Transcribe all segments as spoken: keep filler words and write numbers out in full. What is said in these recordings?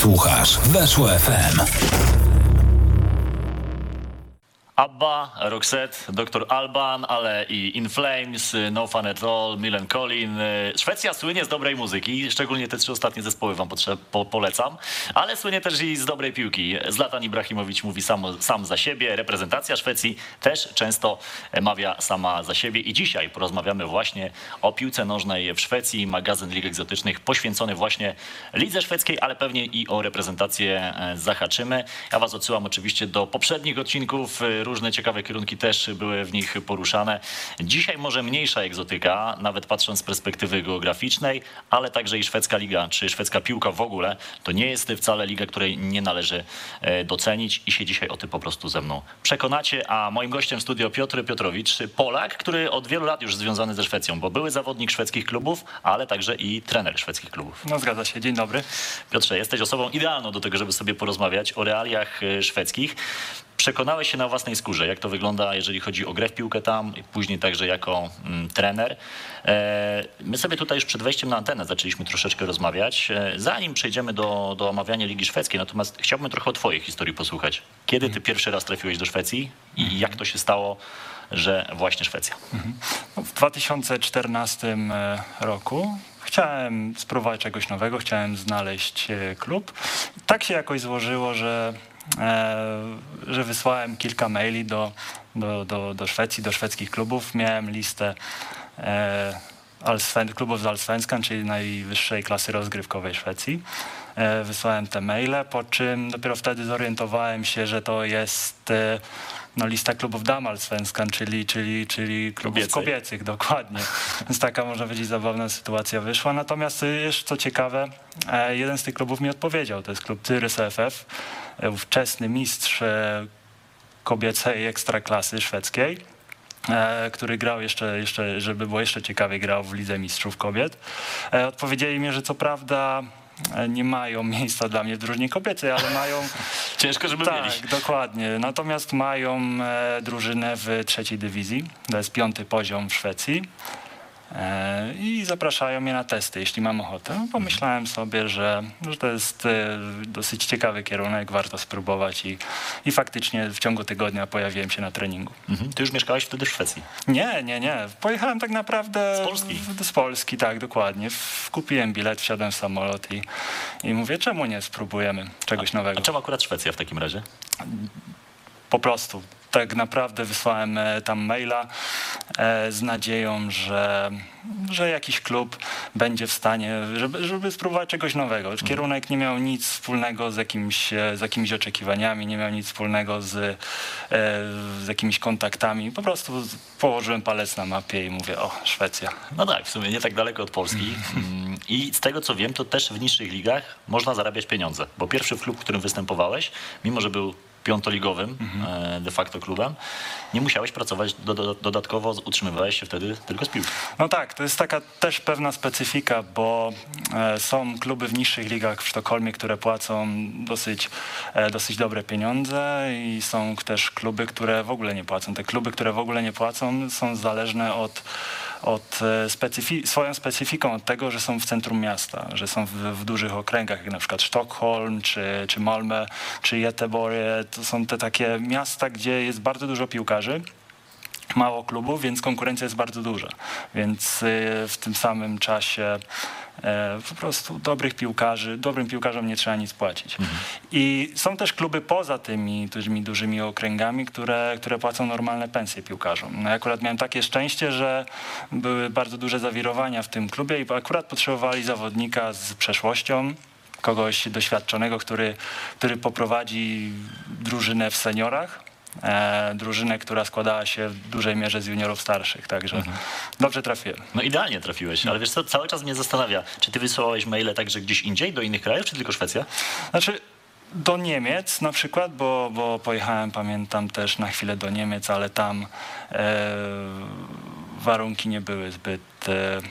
Słuchasz Weszło F M. Abba, Roxette, doktor Alban, ale i In Flames, No Fun at All, Millencolin. Szwecja słynie z dobrej muzyki, szczególnie te trzy ostatnie zespoły wam po polecam, ale słynie też i z dobrej piłki. Zlatan Ibrahimowicz mówi sam, sam za siebie, reprezentacja Szwecji też często mawia sama za siebie i dzisiaj porozmawiamy właśnie o piłce nożnej w Szwecji, magazyn Lig Egzotycznych poświęcony właśnie lidze szwedzkiej, ale pewnie i o reprezentację zahaczymy. Ja was odsyłam oczywiście do poprzednich odcinków. Różne ciekawe kierunki też były w nich poruszane. Dzisiaj może mniejsza egzotyka, nawet patrząc z perspektywy geograficznej, ale także i szwedzka liga, czy szwedzka piłka w ogóle, to nie jest wcale liga, której nie należy docenić i się dzisiaj o tym po prostu ze mną przekonacie. A moim gościem w studio Piotr Piotrowicz, Polak, który od wielu lat już związany ze Szwecją, bo były zawodnik szwedzkich klubów, ale także i trener szwedzkich klubów. No zgadza się, dzień dobry. Piotrze, jesteś osobą idealną do tego, żeby sobie porozmawiać o realiach szwedzkich. Przekonałeś się na własnej skórze, jak to wygląda, jeżeli chodzi o grę w piłkę tam, później także jako mm, trener. E, my sobie tutaj już przed wejściem na antenę zaczęliśmy troszeczkę rozmawiać, e, zanim przejdziemy do, do omawiania Ligi Szwedzkiej, natomiast chciałbym trochę o twojej historii posłuchać. Kiedy ty pierwszy raz trafiłeś do Szwecji i jak to się stało, że właśnie Szwecja? No, w dwa tysiące czternastym roku chciałem spróbować czegoś nowego, chciałem znaleźć klub. Tak się jakoś złożyło, że że wysłałem kilka maili do, do, do, do Szwecji, do szwedzkich klubów. Miałem listę e, Allsven, klubów z Allsvenskan, czyli najwyższej klasy rozgrywkowej Szwecji. E, wysłałem te maile, po czym dopiero wtedy zorientowałem się, że to jest e, no, lista klubów Damallsvenskan, czyli, czyli, czyli klubów Kobiecych. kobiecych, dokładnie. Więc taka, można powiedzieć, zabawna sytuacja wyszła. Natomiast jeszcze co ciekawe, e, jeden z tych klubów mi odpowiedział. To jest klub Tyresö F F. Ówczesny mistrz kobiecej ekstraklasy szwedzkiej, który grał jeszcze, jeszcze, żeby było jeszcze ciekawiej, grał w Lidze Mistrzów Kobiet. Odpowiedzieli mi, że co prawda nie mają miejsca dla mnie w drużynie kobiecej, ale mają... Ciężko, żeby tak, mieli. Dokładnie. Natomiast mają drużynę w trzeciej dywizji, to jest piąty poziom w Szwecji. I zapraszają mnie na testy, jeśli mam ochotę. No, pomyślałem sobie, że, że to jest dosyć ciekawy kierunek, warto spróbować i, i faktycznie w ciągu tygodnia pojawiłem się na treningu. Mhm. Ty już mieszkałeś wtedy w Szwecji? Nie, nie, nie. Pojechałem tak naprawdę... Z Polski? W, z Polski, tak, dokładnie. W, kupiłem bilet, wsiadłem w samolot i, i mówię, czemu nie spróbujemy czegoś a, nowego. A czemu akurat Szwecja w takim razie? Po prostu. Tak naprawdę wysłałem tam maila e, z nadzieją, że, że jakiś klub będzie w stanie, żeby, żeby spróbować czegoś nowego. Kierunek nie miał nic wspólnego z, jakimś, z jakimiś oczekiwaniami, nie miał nic wspólnego z, e, z jakimiś kontaktami. Po prostu położyłem palec na mapie i mówię, o, Szwecja. No tak, w sumie nie tak daleko od Polski. I z tego co wiem, to też w niższych ligach można zarabiać pieniądze. Bo pierwszy klub, w którym występowałeś, mimo że był piątoligowym mhm. de facto klubem, nie musiałeś pracować do, do, dodatkowo, utrzymywałeś się wtedy tylko z piłki. No tak, to jest taka też pewna specyfika, bo e, są kluby w niższych ligach w Sztokholmie, które płacą dosyć, e, dosyć dobre pieniądze i są też kluby, które w ogóle nie płacą. Te kluby, które w ogóle nie płacą, są zależne od od specyfi- swoją specyfiką od tego, że są w centrum miasta, że są w, w dużych okręgach, jak na przykład Sztokholm, czy, czy Malmö, czy Göteborg. To są te takie miasta, gdzie jest bardzo dużo piłkarzy, mało klubów, więc konkurencja jest bardzo duża. Więc w tym samym czasie po prostu dobrych piłkarzy, dobrym piłkarzom nie trzeba nic płacić. Mhm. I są też kluby poza tymi, tymi dużymi okręgami, które, które płacą normalne pensje piłkarzom. No, ja akurat miałem takie szczęście, że były bardzo duże zawirowania w tym klubie i akurat potrzebowali zawodnika z przeszłością, kogoś doświadczonego, który, który poprowadzi drużynę w seniorach. E, drużynę, która składała się w dużej mierze z juniorów starszych, także mhm. dobrze trafiłem. No idealnie trafiłeś, ale wiesz co, cały czas mnie zastanawia, czy ty wysyłałeś maile także gdzieś indziej, do innych krajów, czy tylko Szwecja? Znaczy do Niemiec na przykład, bo, bo pojechałem, pamiętam też na chwilę do Niemiec, ale tam e, warunki nie były zbyt... E,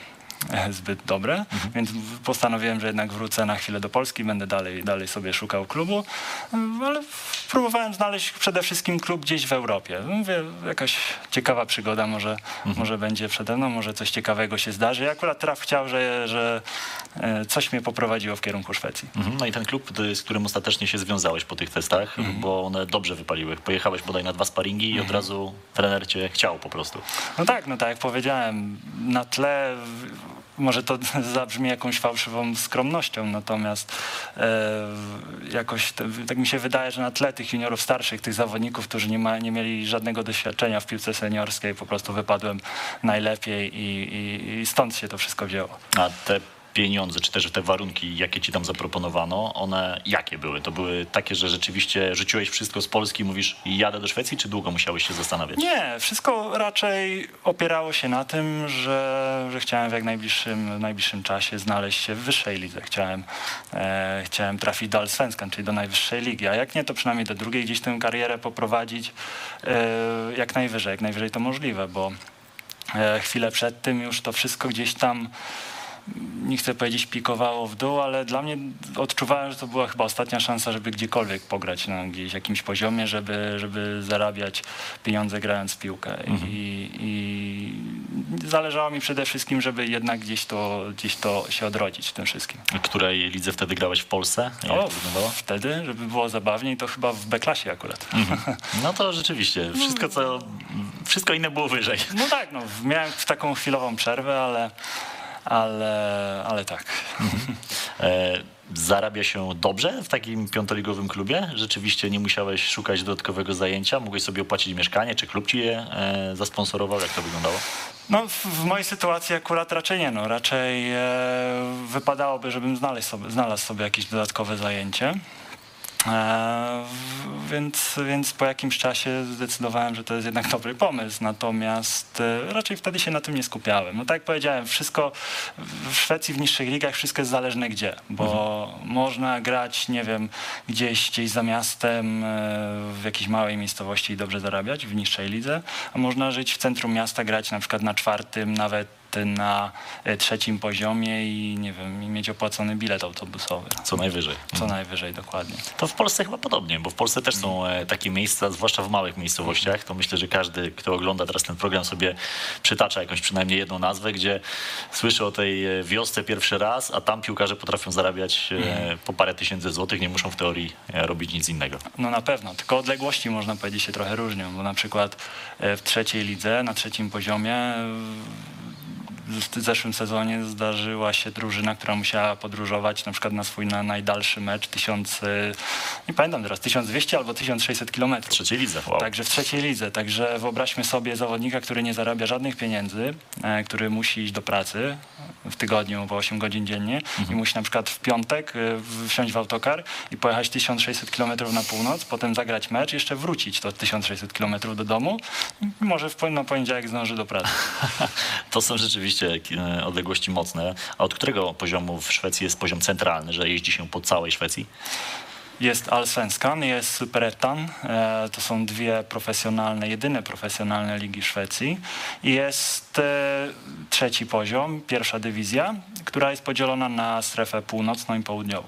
zbyt dobre, mhm. więc postanowiłem, że jednak wrócę na chwilę do Polski, będę dalej, dalej sobie szukał klubu, ale próbowałem znaleźć przede wszystkim klub gdzieś w Europie. Mówię, jakaś ciekawa przygoda może, mhm. może będzie przede mną, może coś ciekawego się zdarzy. Ja akurat traf chciał, że, że coś mnie poprowadziło w kierunku Szwecji. Mhm. No i ten klub, z którym ostatecznie się związałeś po tych testach, mhm. bo one dobrze wypaliły. Pojechałeś bodaj na dwa sparingi i od mhm. razu trener cię chciał po prostu. No tak, no tak jak powiedziałem, na tle... Może to zabrzmi jakąś fałszywą skromnością, natomiast e, jakoś to, tak mi się wydaje, że na tle tych juniorów starszych, tych zawodników, którzy nie, ma, nie mieli żadnego doświadczenia w piłce seniorskiej, po prostu wypadłem najlepiej i, i, i stąd się to wszystko wzięło. A te pieniądze, czy też te warunki, jakie ci tam zaproponowano, one jakie były? To były takie, że rzeczywiście rzuciłeś wszystko z Polski i mówisz, jadę do Szwecji, czy długo musiałeś się zastanawiać? Nie, wszystko raczej opierało się na tym, że, że chciałem w jak najbliższym, w najbliższym czasie znaleźć się w wyższej lidze. Chciałem, e, chciałem trafić do Allsvenskan, czyli do najwyższej ligi, a jak nie, to przynajmniej do drugiej gdzieś tę karierę poprowadzić e, jak najwyżej, jak najwyżej to możliwe, bo e, chwilę przed tym już to wszystko gdzieś tam, nie chcę powiedzieć pikowało w dół, ale dla mnie odczuwałem, że to była chyba ostatnia szansa, żeby gdziekolwiek pograć na gdzieś jakimś poziomie, żeby, żeby zarabiać pieniądze grając w piłkę. Mhm. I, I zależało mi przede wszystkim, żeby jednak gdzieś to, gdzieś to się odrodzić w tym wszystkim. W której lidze wtedy grałeś w Polsce? Jak o, to wtedy, żeby było zabawniej, to chyba w B-klasie akurat. Mhm. No to rzeczywiście, wszystko co, wszystko inne było wyżej. No tak, no, miałem taką chwilową przerwę, ale Ale, ale tak. Mhm. E, zarabia się dobrze w takim piątoligowym klubie? Rzeczywiście nie musiałeś szukać dodatkowego zajęcia? Mogłeś sobie opłacić mieszkanie? Czy klub ci je e, zasponsorował? Jak to wyglądało? No w, w mojej sytuacji akurat raczej nie. No, raczej e, wypadałoby, żebym znalazł sobie, znalazł sobie jakieś dodatkowe zajęcie. E, więc, więc po jakimś czasie zdecydowałem, że to jest jednak dobry pomysł, natomiast e, raczej wtedy się na tym nie skupiałem. No tak jak powiedziałem, wszystko w Szwecji w niższych ligach wszystko jest zależne gdzie, bo mhm. można grać, nie wiem, gdzieś, gdzieś za miastem, e, w jakiejś małej miejscowości i dobrze zarabiać w niższej lidze, a można żyć w centrum miasta, grać na przykład na czwartym, nawet na trzecim poziomie i nie wiem, i mieć opłacony bilet autobusowy. Co najwyżej. Co mhm. najwyżej, dokładnie. To w Polsce chyba podobnie, bo w Polsce też są takie miejsca, zwłaszcza w małych miejscowościach, to myślę, że każdy, kto ogląda teraz ten program, sobie przytacza jakąś przynajmniej jedną nazwę, gdzie słyszy o tej wiosce pierwszy raz, a tam piłkarze potrafią zarabiać mhm. po parę tysięcy złotych, nie muszą w teorii robić nic innego. No na pewno, tylko odległości można powiedzieć się trochę różnią, bo na przykład w trzeciej lidze, na trzecim poziomie w zeszłym sezonie zdarzyła się drużyna, która musiała podróżować na przykład na swój na najdalszy mecz tysiąc, nie pamiętam teraz, tysiąc dwieście albo tysiąc sześćset kilometrów. W trzeciej lidze. Wow. Także w trzeciej lidze. Także wyobraźmy sobie zawodnika, który nie zarabia żadnych pieniędzy, e, który musi iść do pracy w tygodniu po osiem godzin dziennie mhm. i musi na przykład w piątek e, wsiąść w autokar i pojechać tysiąc sześćset kilometrów na północ, potem zagrać mecz, jeszcze wrócić to tysiąc sześćset kilometrów do domu i może w, na poniedziałek zdąży do pracy. To są rzeczywiście odległości mocne. A od którego poziomu w Szwecji jest poziom centralny, że jeździ się po całej Szwecji? Jest Allsvenskan, jest Superettan. To są dwie profesjonalne, jedyne profesjonalne ligi w Szwecji. I jest trzeci poziom, pierwsza dywizja, która jest podzielona na strefę północną i południową.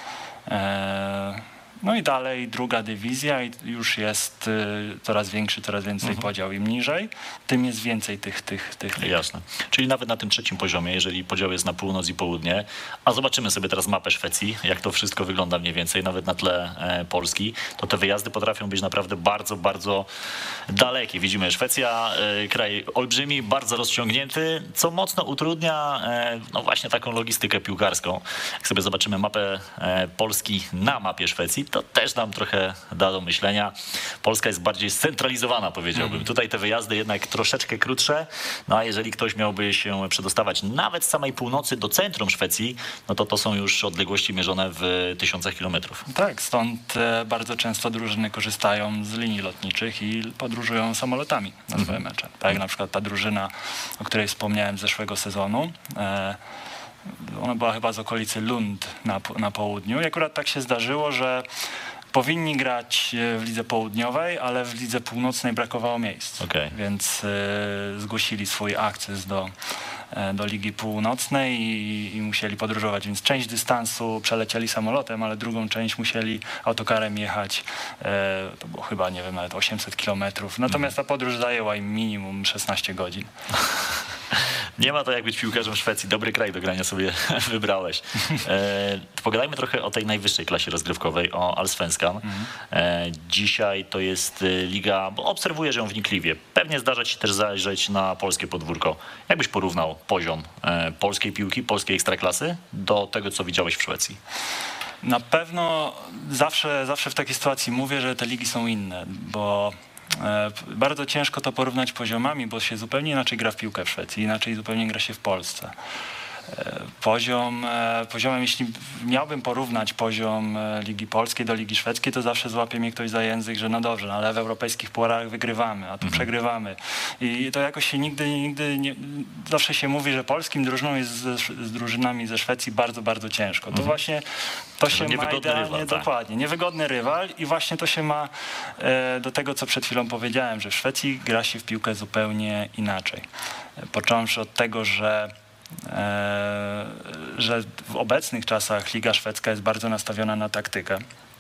No i dalej druga dywizja i już jest y, coraz większy, coraz więcej mhm. podział. Im niżej, tym jest więcej tych tych, tych lig. Jasne. Czyli nawet na tym trzecim poziomie, jeżeli podział jest na północ i południe, a zobaczymy sobie teraz mapę Szwecji, jak to wszystko wygląda mniej więcej, nawet na tle e, Polski, to te wyjazdy potrafią być naprawdę bardzo, bardzo dalekie. Widzimy, Szwecja, e, kraj olbrzymi, bardzo rozciągnięty, co mocno utrudnia e, no właśnie taką logistykę piłkarską. Jak sobie zobaczymy mapę e, Polski na mapie Szwecji, to też nam trochę da do myślenia. Polska jest bardziej scentralizowana, powiedziałbym. Mm. Tutaj te wyjazdy jednak troszeczkę krótsze, no a jeżeli ktoś miałby się przedostawać nawet z samej północy do centrum Szwecji, no to to są już odległości mierzone w tysiącach kilometrów. Tak, stąd bardzo często drużyny korzystają z linii lotniczych i podróżują samolotami na swoje mm. mecze. Tak jak na przykład ta drużyna, o której wspomniałem z zeszłego sezonu, e, ona była chyba z okolicy Lund na, na południu i akurat tak się zdarzyło, że powinni grać w lidze południowej, ale w lidze północnej brakowało miejsc, okay. więc y, zgłosili swój akces do, do Ligi Północnej i, i musieli podróżować, więc część dystansu przelecieli samolotem, ale drugą część musieli autokarem jechać, to było chyba, nie wiem, nawet osiemset kilometrów, natomiast ta podróż zajęła im minimum szesnaście godzin. Nie ma to jak być piłkarzem w Szwecji. Dobry kraj do grania sobie wybrałeś. E, pogadajmy trochę o tej najwyższej klasie rozgrywkowej, o Allsvenskan. E, dzisiaj to jest liga, bo obserwuję ją wnikliwie. Pewnie zdarza ci też zajrzeć na polskie podwórko. Jakbyś porównał poziom e, polskiej piłki, polskiej ekstraklasy do tego, co widziałeś w Szwecji? Na pewno zawsze, zawsze w takiej sytuacji mówię, że te ligi są inne, bo bardzo ciężko to porównać poziomami, bo się zupełnie inaczej gra w piłkę w Szwecji, inaczej zupełnie gra się w Polsce. Poziom, poziomem, jeśli miałbym porównać poziom Ligi Polskiej do Ligi Szwedzkiej, to zawsze złapie mnie ktoś za język, że no dobrze, no ale w europejskich pucharach wygrywamy, a tu mhm. przegrywamy. I to jakoś się nigdy, nigdy nie... Zawsze się mówi, że polskim drużynom jest z, z drużynami ze Szwecji bardzo, bardzo ciężko. To mhm. właśnie to się ma idealnie, rywal, tak. dokładnie, niewygodny rywal i właśnie to się ma e, do tego, co przed chwilą powiedziałem, że w Szwecji gra się w piłkę zupełnie inaczej. Począwszy od tego, że że w obecnych czasach Liga Szwedzka jest bardzo nastawiona na taktykę.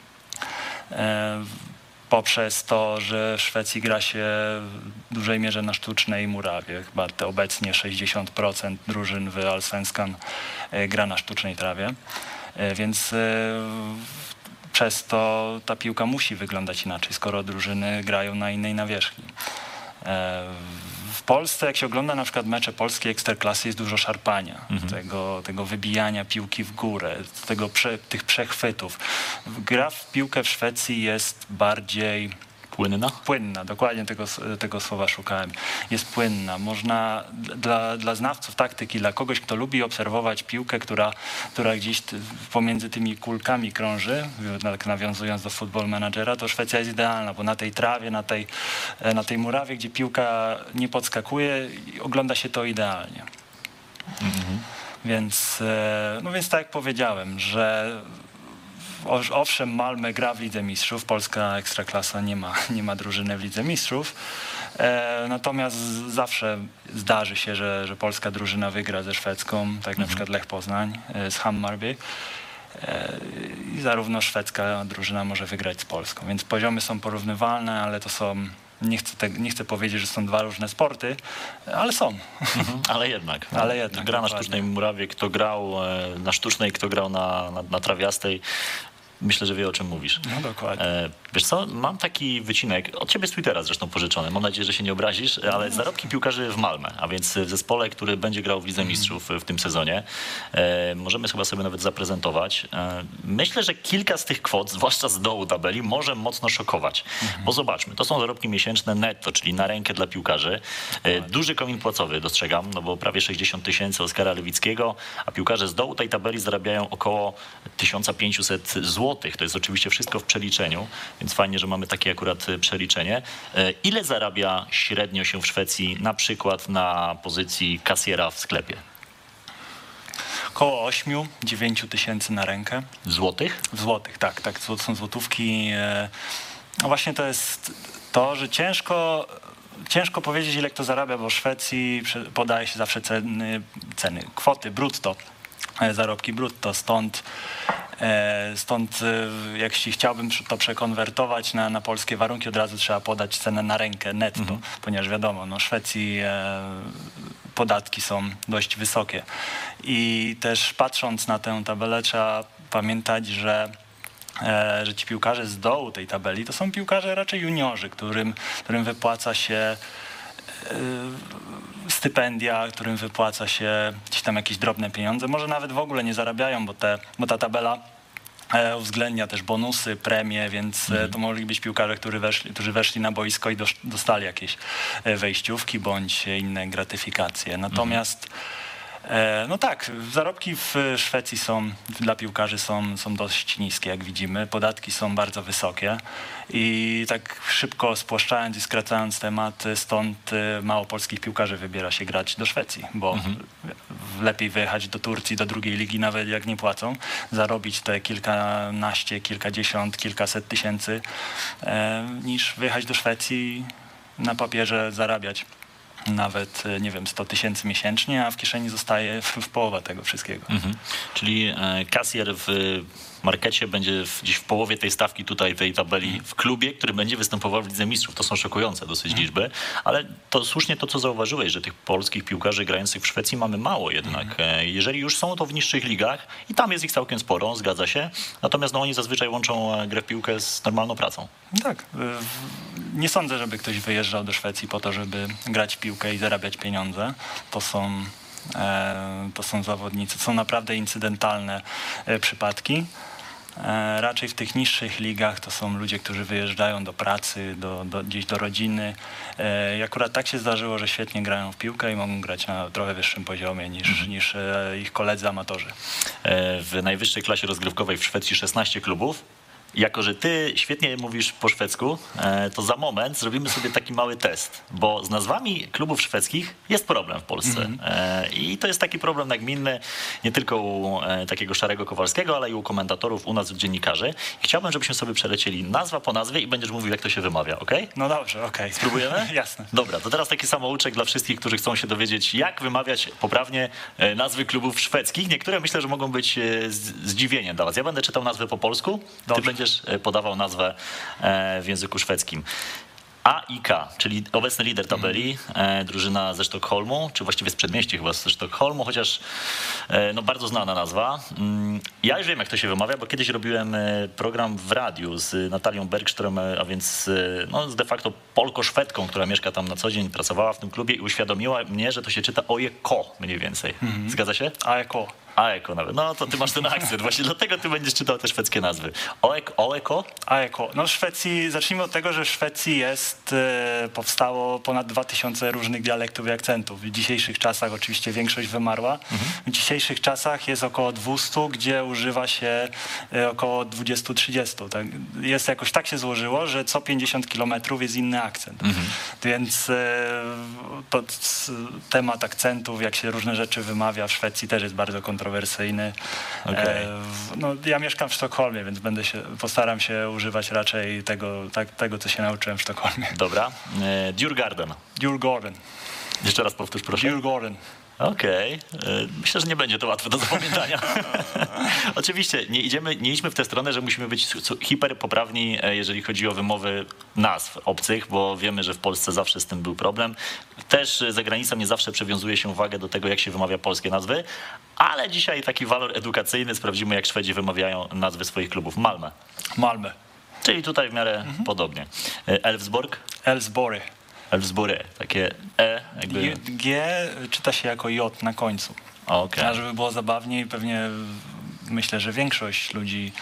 Poprzez to, że w Szwecji gra się w dużej mierze na sztucznej murawie. Chyba te obecnie sześćdziesiąt procent drużyn w Allsvenskan gra na sztucznej trawie. Więc przez to ta piłka musi wyglądać inaczej, skoro drużyny grają na innej nawierzchni. W Polsce, jak się ogląda na przykład mecze polskiej ekstraklasy, jest dużo szarpania, mhm. tego, tego wybijania piłki w górę, tego prze, tych przechwytów. Gra w piłkę w Szwecji jest bardziej... Płynna? Płynna, dokładnie tego, tego słowa szukałem. Jest płynna. Można dla, dla znawców taktyki, dla kogoś, kto lubi obserwować piłkę, która, która gdzieś pomiędzy tymi kulkami krąży, tak nawiązując do Football Managera, to Szwecja jest idealna, bo na tej trawie, na tej, na tej murawie, gdzie piłka nie podskakuje, ogląda się to idealnie. Mhm. Więc, no więc tak jak powiedziałem, że owszem, Malmö gra w Lidze Mistrzów, polska ekstraklasa nie ma, nie ma drużyny w Lidze Mistrzów, e, natomiast zawsze zdarzy się, że, że polska drużyna wygra ze szwedzką, tak mhm. na przykład Lech Poznań e, z Hammarby e, i zarówno szwedzka drużyna może wygrać z polską, więc poziomy są porównywalne, ale to są... Nie chcę, te, nie chcę powiedzieć, że są dwa różne sporty, ale są. Mhm, ale jednak. ale jednak gra na sztucznej murawie, kto grał na sztucznej, kto grał na, na, na trawiastej. Myślę, że wie, o czym mówisz. No dokładnie. E, wiesz co, mam taki wycinek, od ciebie z Twittera zresztą pożyczony, mam nadzieję, że się nie obrazisz, ale zarobki piłkarzy w Malmö, a więc w zespole, który będzie grał w Lidze Mistrzów w tym sezonie. E, możemy chyba sobie nawet zaprezentować. E, myślę, że kilka z tych kwot, zwłaszcza z dołu tabeli, może mocno szokować. Mhm. Bo zobaczmy, to są zarobki miesięczne netto, czyli na rękę dla piłkarzy. E, duży komin płacowy dostrzegam, no bo prawie sześćdziesiąt tysięcy Oskara Lewickiego, a piłkarze z dołu tej tabeli zarabiają około tysiąc pięćset złotych. To jest oczywiście wszystko w przeliczeniu, więc fajnie, że mamy takie akurat przeliczenie. Ile zarabia średnio się w Szwecji na przykład na pozycji kasjera w sklepie? Około osiem do dziewięciu tysięcy na rękę. Złotych? W złotych, tak, tak. To są złotówki. No właśnie to jest to, że ciężko... Ciężko powiedzieć, ile kto zarabia, bo w Szwecji podaje się zawsze ceny, ceny kwoty brutto, zarobki brutto, stąd Stąd jeśli chciałbym to przekonwertować na, na polskie warunki, od razu trzeba podać cenę na rękę netto, mhm. ponieważ wiadomo, no w Szwecji podatki są dość wysokie. I też patrząc na tę tabelę trzeba pamiętać, że że ci piłkarze z dołu tej tabeli to są piłkarze raczej juniorzy, którym, którym wypłaca się stypendia, którym wypłaca się gdzieś tam jakieś drobne pieniądze. Może nawet w ogóle nie zarabiają, bo, te, bo ta tabela uwzględnia też bonusy, premie, więc mm. to mogli być piłkarze, którzy weszli, którzy weszli na boisko i dostali jakieś wejściówki bądź inne gratyfikacje. Natomiast mm. no tak, zarobki w Szwecji są dla piłkarzy są, są dość niskie, jak widzimy. Podatki są bardzo wysokie i tak szybko spłaszczając i skracając temat, stąd mało polskich piłkarzy wybiera się grać do Szwecji, bo mhm. lepiej wyjechać do Turcji, do drugiej ligi, nawet jak nie płacą, zarobić te kilkanaście, kilkadziesiąt, kilkaset tysięcy, e, niż wyjechać do Szwecji na papierze zarabiać nawet, nie wiem, sto tysięcy miesięcznie, a w kieszeni zostaje w, w połowa tego wszystkiego. Mhm. Czyli e, kasjer w markecie będzie w, gdzieś w połowie tej stawki tutaj, tej tabeli w klubie, który będzie występował w Lidze Mistrzów. To są szokujące dosyć liczby, ale to słusznie to, co zauważyłeś, że tych polskich piłkarzy grających w Szwecji mamy mało jednak. E, jeżeli już są, to w niższych ligach i tam jest ich całkiem sporo, zgadza się. Natomiast no, oni zazwyczaj łączą grę w piłkę z normalną pracą. Tak. Nie sądzę, żeby ktoś wyjeżdżał do Szwecji po to, żeby grać w piłkę i zarabiać pieniądze. To są, to są zawodnicy, to są naprawdę incydentalne przypadki. Raczej w tych niższych ligach to są ludzie, którzy wyjeżdżają do pracy, do, do, gdzieś do rodziny. I akurat tak się zdarzyło, że świetnie grają w piłkę i mogą grać na trochę wyższym poziomie niż, mhm. niż ich koledzy amatorzy. W najwyższej klasie rozgrywkowej w Szwecji szesnaście klubów. Jako że ty świetnie mówisz po szwedzku, to za moment zrobimy sobie taki mały test, bo z nazwami klubów szwedzkich jest problem w Polsce. Mm-hmm. I to jest taki problem nagminny nie tylko u takiego Szarego Kowalskiego, ale i u komentatorów, u nas, dziennikarzy. I chciałbym, żebyśmy sobie przelecieli nazwa po nazwie i będziesz mówił, jak to się wymawia, ok? No dobrze, okej. Okay. Spróbujemy? Jasne. Dobra, to teraz taki samouczek dla wszystkich, którzy chcą się dowiedzieć, jak wymawiać poprawnie nazwy klubów szwedzkich. Niektóre myślę, że mogą być zdziwieniem dla was. Ja będę czytał nazwę po polsku, ty będziesz podawał nazwę w języku szwedzkim. A I K, czyli obecny lider tabeli, e, drużyna ze Sztokholmu, czy właściwie z przedmieści chyba ze Sztokholmu, chociaż e, no bardzo znana nazwa. Mm, ja już wiem, jak to się wymawia, bo kiedyś robiłem program w radiu z Natalią Bergström, a więc no, z de facto Polko-Szwedką, która mieszka tam na co dzień, pracowała w tym klubie i uświadomiła mnie, że to się czyta Ojeko mniej więcej. Mm-hmm. Zgadza się? Ojeko. Aeko nawet. No to ty masz ten akcent. Właśnie dlatego ty będziesz czytał te szwedzkie nazwy. Oek, Oeko? Aeko. No w Szwecji, zacznijmy od tego, że w Szwecji jest, e, powstało ponad dwa tysiące różnych dialektów i akcentów. W dzisiejszych czasach oczywiście większość wymarła. Mhm. W dzisiejszych czasach jest około dwieście, gdzie używa się e, około dwadzieścia trzydzieści. Tak? Jest jakoś tak się złożyło, że co pięćdziesiąt kilometrów jest inny akcent. Mhm. Więc e, to, temat akcentów, jak się różne rzeczy wymawia w Szwecji też jest bardzo kontrowersyjny. kontrowersyjny. Okay. E, no, ja mieszkam w Sztokholmie, więc będę się, postaram się używać raczej tego, tak, tego co się nauczyłem w Sztokholmie. Dobra. E, Djurgården. Djurgården. Jeszcze raz powtórz, proszę. Djurgården. Okej. Okay. Myślę, że nie będzie to łatwe do zapamiętania. Oczywiście nie idziemy, nie idźmy w tę stronę, że musimy być hiperpoprawni, jeżeli chodzi o wymowy nazw obcych, bo wiemy, że w Polsce zawsze z tym był problem. Też za granicą nie zawsze przywiązuje się uwagę do tego, jak się wymawia polskie nazwy, ale dzisiaj taki walor edukacyjny, sprawdzimy, jak Szwedzi wymawiają nazwy swoich klubów. Malmö. Malmö. Czyli tutaj w miarę mhm. podobnie. Elfsborg. Elfsborg. Elfsborg, takie E. Jakby... G czyta się jako J na końcu. Okay. A żeby było zabawniej, pewnie myślę, że większość ludzi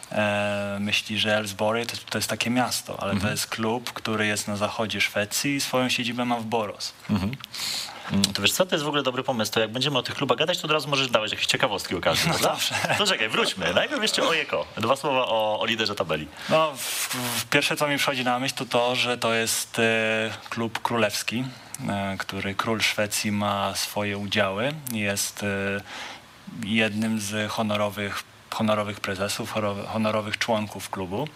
e, myśli, że Elfsborg to, to jest takie miasto, ale mm-hmm. to jest klub, który jest na zachodzie Szwecji i swoją siedzibę ma w Borås. Mm-hmm. To wiesz co, to jest w ogóle dobry pomysł. To jak będziemy o tych klubach gadać, to od razu możesz dawać jakieś ciekawostki o każdym. No dobrze. To czekaj, wróćmy. Najpierw jeszcze Ojeko. Dwa słowa o, o liderze tabeli. No, w, w pierwsze co mi przychodzi na myśl to to, że to jest e, klub królewski, e, który król Szwecji ma swoje udziały. Jest e, jednym z honorowych, honorowych prezesów, honorowych członków klubu.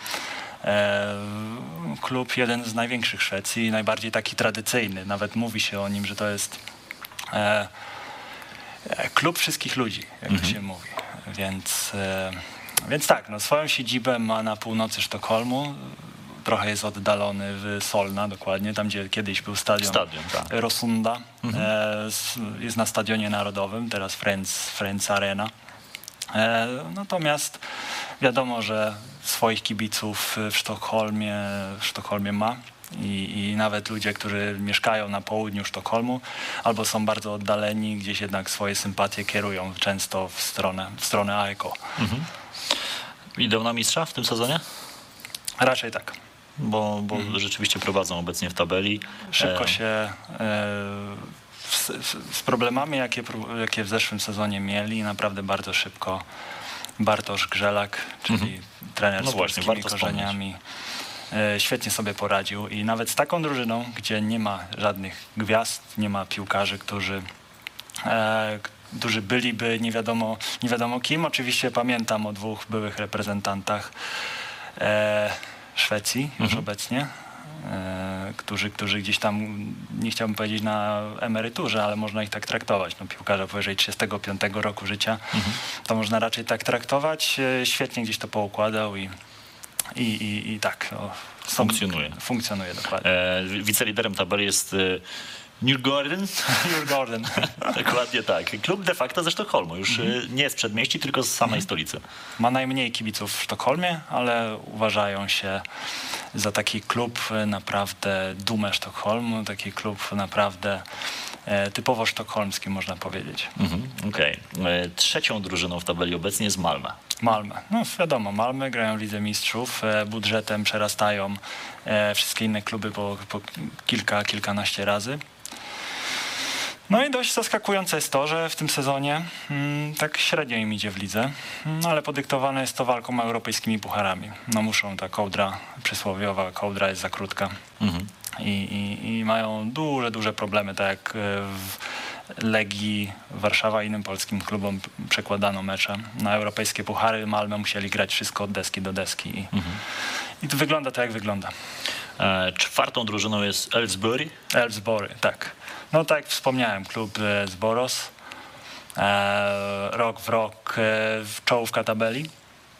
Klub jeden z największych w Szwecji, najbardziej taki tradycyjny. Nawet mówi się o nim, że to jest e, klub wszystkich ludzi, jak mm-hmm. się mówi. Więc, e, więc tak, no, swoją siedzibę ma na północy Sztokholmu. Trochę jest oddalony w Solna, dokładnie, tam gdzie kiedyś był stadion, stadion tak. Rosunda. Mm-hmm. E, jest na Stadionie Narodowym, teraz Friends, Friends Arena. E, natomiast wiadomo, że swoich kibiców w Sztokholmie, w Sztokholmie ma i, i nawet ludzie, którzy mieszkają na południu Sztokholmu albo są bardzo oddaleni, gdzieś jednak swoje sympatie kierują często w stronę, w stronę Aeko. Mhm. Idą na mistrza w tym sezonie? Raczej tak. Bo, bo mhm. rzeczywiście prowadzą obecnie w tabeli. Szybko się... E, z, z problemami, jakie, jakie w zeszłym sezonie mieli, naprawdę bardzo szybko Bartosz Grzelak, czyli mhm. trener no z właśnie, polskimi korzeniami, e, świetnie sobie poradził i nawet z taką drużyną, gdzie nie ma żadnych gwiazd, nie ma piłkarzy, którzy, e, którzy byliby nie wiadomo, nie wiadomo kim. Oczywiście pamiętam o dwóch byłych reprezentantach e, Szwecji już mhm. obecnie. którzy, którzy gdzieś tam, nie chciałbym powiedzieć na emeryturze, ale można ich tak traktować. No, piłkarza powyżej trzydziestego piątego roku życia, mhm. to można raczej tak traktować. Świetnie gdzieś to poukładał i, i, i, i tak. No, są, funkcjonuje. Funkcjonuje, dokładnie. E, wiceliderem tabeli jest Djurgården. Djurgården. Dokładnie tak. Klub de facto ze Sztokholmu. Już mm-hmm. nie z przedmieści, tylko z samej mm-hmm. stolicy. Ma najmniej kibiców w Sztokholmie, ale uważają się za taki klub naprawdę dumę Sztokholmu, taki klub naprawdę e, typowo sztokholmski, można powiedzieć. Mm-hmm. Okej. Okay. Trzecią drużyną w tabeli obecnie jest Malmö. Malmö. No wiadomo, Malmö grają w Lidze Mistrzów, e, budżetem przerastają e, wszystkie inne kluby po, po kilka, kilkanaście razy. No i dość zaskakujące jest to, że w tym sezonie mm, tak średnio im idzie w lidze, mm, ale podyktowane jest to walką europejskimi pucharami. No muszą, ta kołdra przysłowiowa, kołdra jest za krótka. Mhm. I, i, I mają duże, duże problemy, tak jak w Legii Warszawa i innym polskim klubom przekładano mecze na europejskie puchary. Malmö musieli grać wszystko od deski do deski i, mhm. i to wygląda tak, jak wygląda. E, czwartą drużyną jest Elfsborg. Elfsborg, tak. No tak jak wspomniałem, klub z Boros. E, rok w rok e, czołówka tabeli.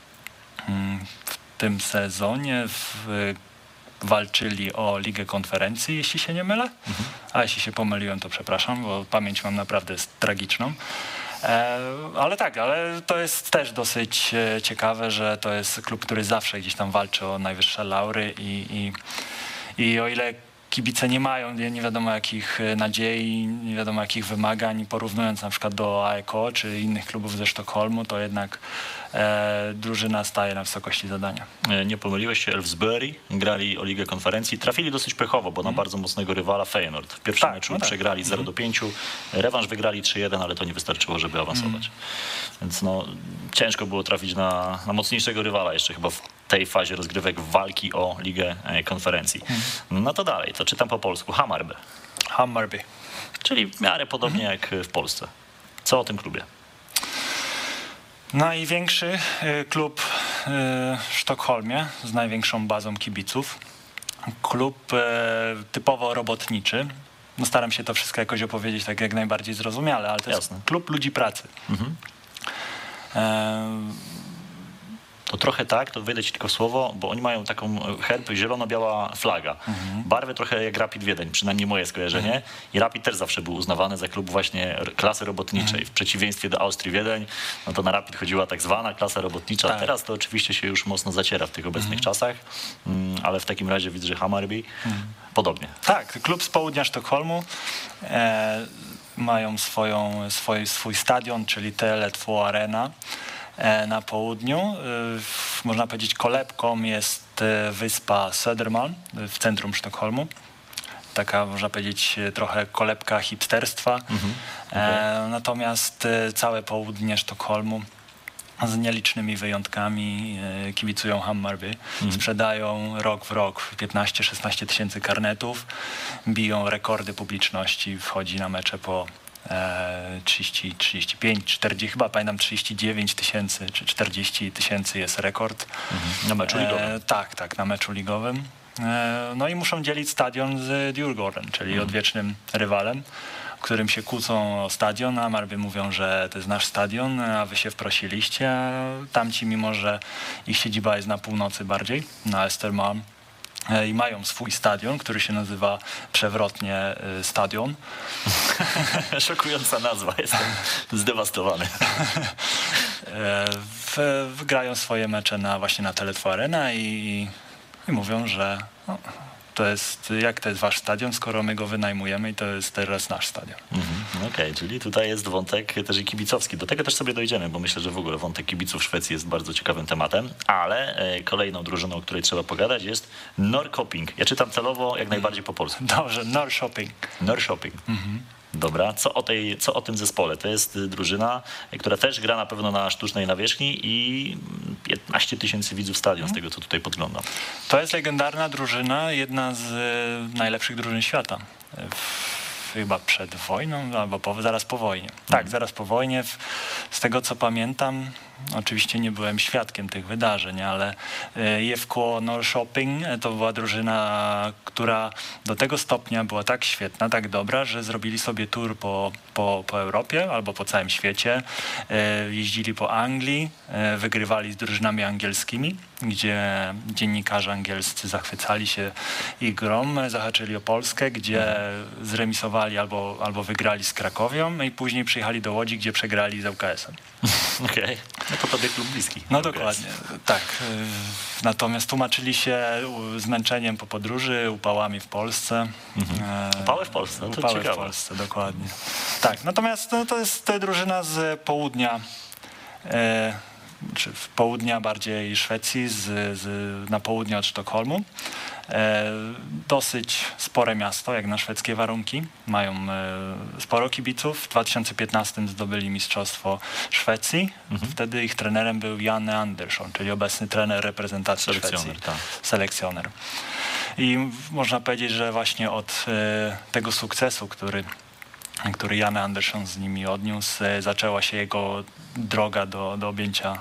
W tym sezonie w, walczyli o Ligę Konferencji, jeśli się nie mylę. Mhm. A jeśli się pomyliłem, to przepraszam, bo pamięć mam naprawdę tragiczną. E, ale tak, ale to jest też dosyć e, ciekawe, że to jest klub, który zawsze gdzieś tam walczy o najwyższe laury i, i, i o ile kibice nie mają nie, nie wiadomo jakich nadziei, nie wiadomo jakich wymagań, porównując na przykład do A E K O czy innych klubów ze Sztokholmu, to jednak e, drużyna staje na wysokości zadania. Nie pomyliłeś się, Elfsborg grali o Ligę Konferencji, trafili dosyć pechowo, bo na mm. bardzo mocnego rywala Feyenoord. W pierwszym tak, meczu no tak. przegrali zero do pięciu, rewanż wygrali trzy jeden, ale to nie wystarczyło, żeby awansować. Mm. Więc no, ciężko było trafić na, na mocniejszego rywala jeszcze chyba w tej fazie rozgrywek walki o Ligę Konferencji. Mm. No to dalej, to czytam po polsku. Hammarby. Hammarby. Czyli w miarę podobnie mm. jak w Polsce. Co o tym klubie? Największy klub w Sztokholmie z największą bazą kibiców. Klub typowo robotniczy. No staram się to wszystko jakoś opowiedzieć tak jak najbardziej zrozumiale, ale to Jasne. jest klub ludzi pracy. Mhm. E- To trochę tak, to wejdę ci tylko słowo, bo oni mają taką herb, zielono-biała flaga. Mhm. Barwy trochę jak Rapid Wiedeń, przynajmniej moje skojarzenie. Mhm. I Rapid też zawsze był uznawany za klub właśnie klasy robotniczej. Mhm. W przeciwieństwie do Austrii Wiedeń, no to na Rapid chodziła tak zwana klasa robotnicza. Tak. Teraz to oczywiście się już mocno zaciera w tych obecnych mhm. czasach, ale w takim razie widzę, że Hammarby mhm. podobnie. Tak, klub z południa Sztokholmu. E, mają swoją, swój, swój stadion, czyli Tele två Arena. Na południu, można powiedzieć kolebką jest wyspa Södermalm w centrum Sztokholmu. Taka, można powiedzieć, trochę kolebka hipsterstwa. Mhm. Okay. Natomiast całe południe Sztokholmu z nielicznymi wyjątkami kibicują Hammarby. Mhm. Sprzedają rok w rok piętnaście szesnaście tysięcy karnetów. Biją rekordy publiczności. Wchodzi na mecze po trzydzieści, trzydzieści pięć, czterdzieści, chyba pamiętam trzydzieści dziewięć tysięcy czy czterdzieści tysięcy jest rekord. Mhm. Na meczu ligowym. E, tak, tak, na meczu ligowym. E, no i muszą dzielić stadion z Djurgården, czyli mhm. odwiecznym rywalem, którym się kłócą o stadion, a Hammarby mówią, że to jest nasz stadion, a wy się wprosiliście, a tamci, mimo że ich siedziba jest na północy bardziej, na Östermalm, i mają swój stadion, który się nazywa przewrotnie Stadion. Szokująca nazwa, jestem zdewastowany. Wygrają swoje mecze na, właśnie na Tele två Arena i, i mówią, że no, to jest, jak to jest wasz stadion, skoro my go wynajmujemy i to jest teraz nasz stadion. Mhm. Okej, okay, czyli tutaj jest wątek też i kibicowski. Do tego też sobie dojdziemy, bo myślę, że w ogóle wątek kibiców w Szwecji jest bardzo ciekawym tematem, ale e, kolejną drużyną, o której trzeba pogadać, jest Norrköping. Ja czytam celowo jak najbardziej po polsku. Dobrze, Norrköping. Norrköping. Mhm. Dobra, co o, tej, co o tym zespole? To jest drużyna, która też gra na pewno na sztucznej nawierzchni i piętnaście tysięcy widzów stadion, z tego co tutaj podglądam. To jest legendarna drużyna, jedna z najlepszych drużyn świata. Chyba przed wojną, albo po, zaraz po wojnie. Tak, zaraz po wojnie. Z tego co pamiętam, Oczywiście nie byłem świadkiem tych wydarzeń, ale I F K Norrköping to była drużyna, która do tego stopnia była tak świetna, tak dobra, że zrobili sobie tour po, po, po Europie albo po całym świecie. Jeździli po Anglii, wygrywali z drużynami angielskimi, gdzie dziennikarze angielscy zachwycali się ich grą, zahaczyli o Polskę, gdzie zremisowali albo, albo wygrali z Krakowią i później przyjechali do Łodzi, gdzie przegrali z L K S-em. Okej, okay. No to tobie klub bliski. No dokładnie, tak. Natomiast tłumaczyli się zmęczeniem po podróży, upałami w Polsce. Mhm. Upały w Polsce, no to Upały ciekawe. w Polsce, dokładnie. Tak, natomiast no, to jest drużyna z południa, e, czy w południa bardziej Szwecji, z, z, na południe od Sztokholmu. E, dosyć spore miasto, jak na szwedzkie warunki. Mają e, sporo kibiców. W dwa tysiące piętnastym zdobyli mistrzostwo Szwecji. Mhm. Wtedy ich trenerem był Janne Andersson, czyli obecny trener reprezentacji Selekcjoner, Szwecji. tak. Selekcjoner. I można powiedzieć, że właśnie od e, tego sukcesu, który który Janne Andersson z nimi odniósł, zaczęła się jego droga do, do objęcia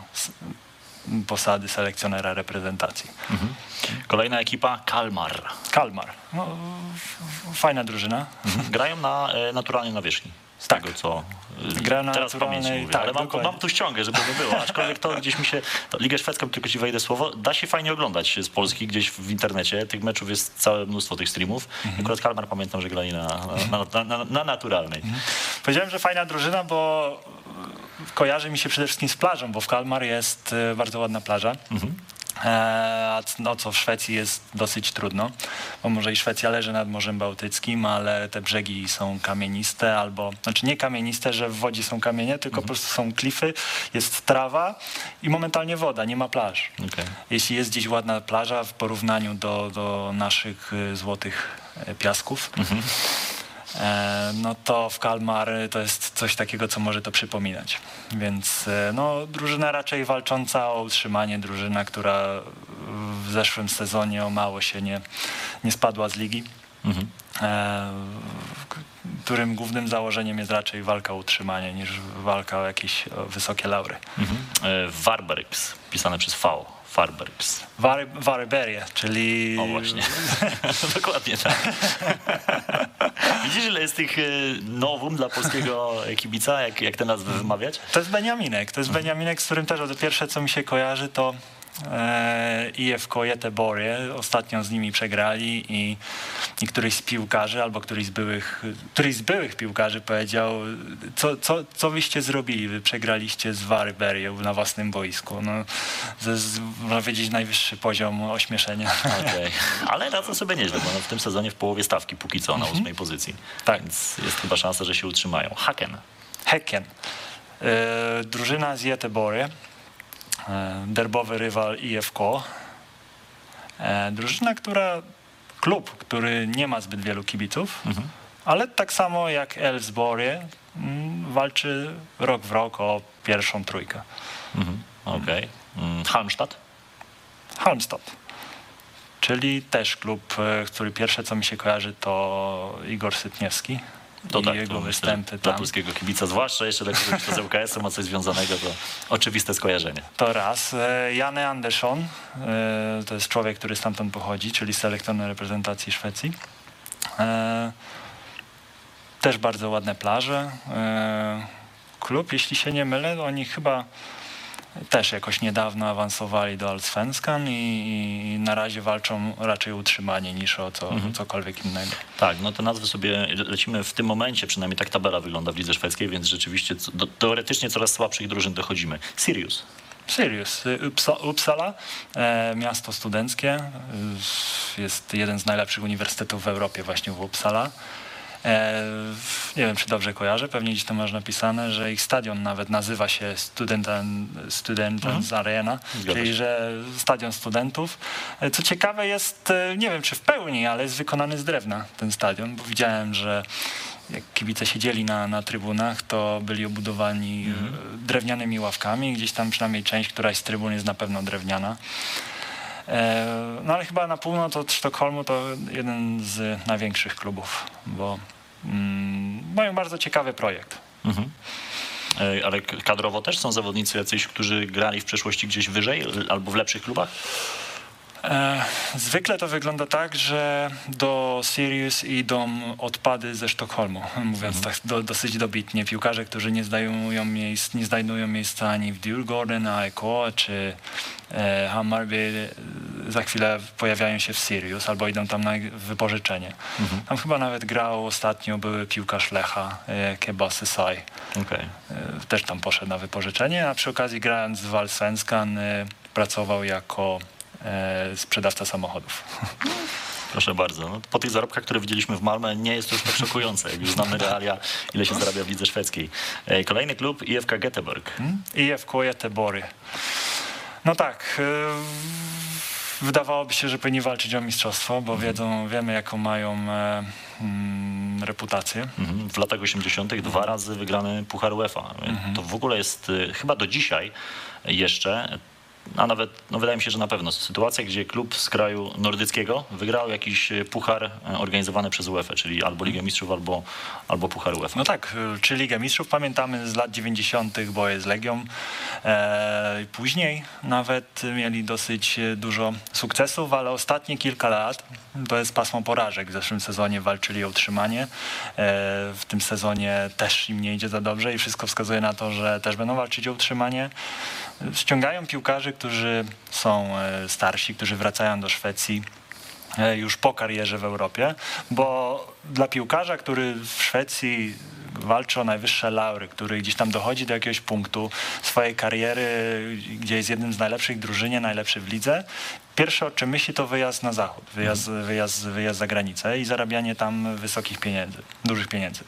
posady selekcjonera reprezentacji. Mhm. Kolejna ekipa Kalmar. Kalmar. No, fajna drużyna. Mhm. Grają na e, naturalnej nawierzchni. Z tak. tego, co Gra na teraz w pamięci mówię. Tak, ale mam, mam tu ściągę, żeby nie było. Aczkolwiek to gdzieś mi się... To Ligę Szwedzką, tylko ci wejdę słowo, da się fajnie oglądać z Polski, gdzieś w internecie. Tych meczów jest całe mnóstwo, tych streamów. Mhm. Akurat Kalmar pamiętam, że grali na, na, na, na, na naturalnej. Mhm. Powiedziałem, że fajna drużyna, bo kojarzy mi się przede wszystkim z plażą, bo w Kalmar jest bardzo ładna plaża. Mhm. A no co w Szwecji jest dosyć trudno, bo może i Szwecja leży nad Morzem Bałtyckim, ale te brzegi są kamieniste albo, znaczy nie kamieniste, że w wodzie są kamienie, tylko mm-hmm. po prostu są klify, jest trawa i momentalnie woda, nie ma plaż. Okay. Jeśli jest gdzieś ładna plaża w porównaniu do, do naszych złotych piasków, mm-hmm. no to w Kalmar to jest coś takiego, co może to przypominać. Więc no, drużyna raczej walcząca o utrzymanie, drużyna, która w zeszłym sezonie o mało się nie, nie spadła z ligi, mhm. e, którym głównym założeniem jest raczej walka o utrzymanie niż walka o jakieś wysokie laury. Mhm. E, Varbergs, pisane przez V. Varbergs. Var, Varberge, czyli... O właśnie, dokładnie tak. Widzisz, ile jest tych nowum dla polskiego kibica, jak, jak te nazwy wymawiać? To jest Beniaminek, to jest mhm. Beniaminek, z którym też to pierwsze, co mi się kojarzy, to e, I F K Göteborg. Ostatnio z nimi przegrali i, i któryś z piłkarzy, albo któryś z byłych, któryś z byłych piłkarzy powiedział, co, co, co wyście zrobili, wy przegraliście z Varberge na własnym boisku. No, to jest, można powiedzieć, najwyższy poziom ośmieszenia. Okay. Ale radzą sobie nieźle, bo w tym sezonie w połowie stawki póki co na ósmej mhm. pozycji. Tak. Więc jest chyba szansa, że się utrzymają. Häcken. Häcken. E, drużyna z Göteborg. Derbowy rywal I F K. E, drużyna, która, klub, który nie ma zbyt wielu kibiców, mhm. ale tak samo jak Elfsborg m, walczy rok w rok o pierwszą trójkę. Mhm. Okej. Okay. Halmstad? Halmstad. Czyli też klub, który pierwsze co mi się kojarzy to Igor Sytniewski. To i tak, jego to występy myślę, dla polskiego kibica, zwłaszcza jeszcze dla kogoś, kto z L K S-em ma coś związanego, to oczywiste skojarzenie. To raz. Janne Andersson, to jest człowiek, który stamtąd pochodzi, czyli selekcjoner reprezentacji Szwecji. Też bardzo ładne plaże. Klub, jeśli się nie mylę, oni chyba też jakoś niedawno awansowali do Allsvenskan i, i na razie walczą raczej o utrzymanie niż o co, mhm. cokolwiek innego. Tak, no te nazwy sobie lecimy w tym momencie, przynajmniej tak tabela wygląda w lidze szwedzkiej, więc rzeczywiście do, teoretycznie coraz słabszych drużyn dochodzimy. Sirius. Sirius, Uppsala, e, miasto studenckie, jest jeden z najlepszych uniwersytetów w Europie właśnie w Uppsala. E, nie wiem, czy dobrze kojarzę, pewnie gdzieś tam masz napisane, że ich stadion nawet nazywa się Studenten, Studentens mhm. Arena, Zgadza czyli się. że stadion studentów. E, co ciekawe jest, nie wiem czy w pełni, ale jest wykonany z drewna ten stadion, bo widziałem, że jak kibice siedzieli na, na trybunach, to byli obudowani mhm. drewnianymi ławkami, gdzieś tam przynajmniej część, któraś z trybun jest na pewno drewniana. No ale chyba na północ od Sztokholmu to jeden z największych klubów, bo mm, mają bardzo ciekawy projekt. Mhm. Ale kadrowo też są zawodnicy jacyś, którzy grali w przeszłości gdzieś wyżej albo w lepszych klubach? Zwykle to wygląda tak, że do Sirius idą odpady ze Sztokholmu, mówiąc mhm. tak do, dosyć dobitnie. Piłkarze, którzy nie, zdają miejsc, nie znajdują miejsca ani w Djurgården, A E K czy e, Hammarby, za chwilę pojawiają się w Sirius albo idą tam na wypożyczenie. Mhm. Tam chyba nawet grał ostatnio były piłkarz Lecha, e, Keba Sesaj. Okay. E, też tam poszedł na wypożyczenie, a przy okazji grając w Allsvenskan e, pracował jako sprzedawca samochodów. Proszę bardzo. No, po tych zarobkach, które widzieliśmy w Malmö, nie jest to już tak szokujące, jak już znamy realia, ile się zarabia w lidze szwedzkiej. Kolejny klub I F K Göteborg. Hmm? I F K Göteborg. No tak. Wydawałoby się, że powinni walczyć o mistrzostwo, bo wiedzą, wiemy, jaką mają e, mm, reputację. W latach osiemdziesiątych dwa razy wygrany Puchar UEFA. Mhm. To w ogóle jest chyba do dzisiaj jeszcze, a nawet, no wydaje mi się, że na pewno sytuacja, gdzie klub z kraju nordyckiego wygrał jakiś puchar organizowany przez UEFA, czyli albo Ligę Mistrzów, albo, albo Puchar UEFA. No tak, czy Ligę Mistrzów pamiętamy z lat dziewięćdziesiątych, bo jest Legią. E, później nawet mieli dosyć dużo sukcesów, ale ostatnie kilka lat to jest pasmo porażek. W zeszłym sezonie walczyli o utrzymanie. E, w tym sezonie też im nie idzie za dobrze i wszystko wskazuje na to, że też będą walczyć o utrzymanie. Ściągają piłkarzy, którzy są starsi, którzy wracają do Szwecji już po karierze w Europie, bo dla piłkarza, który w Szwecji walczy o najwyższe laury, który gdzieś tam dochodzi do jakiegoś punktu swojej kariery, gdzie jest jednym z najlepszych w drużynie, najlepszy w lidze, pierwsze o czym myśli to wyjazd na zachód, wyjazd, wyjazd, wyjazd za granicę i zarabianie tam wysokich pieniędzy, dużych pieniędzy.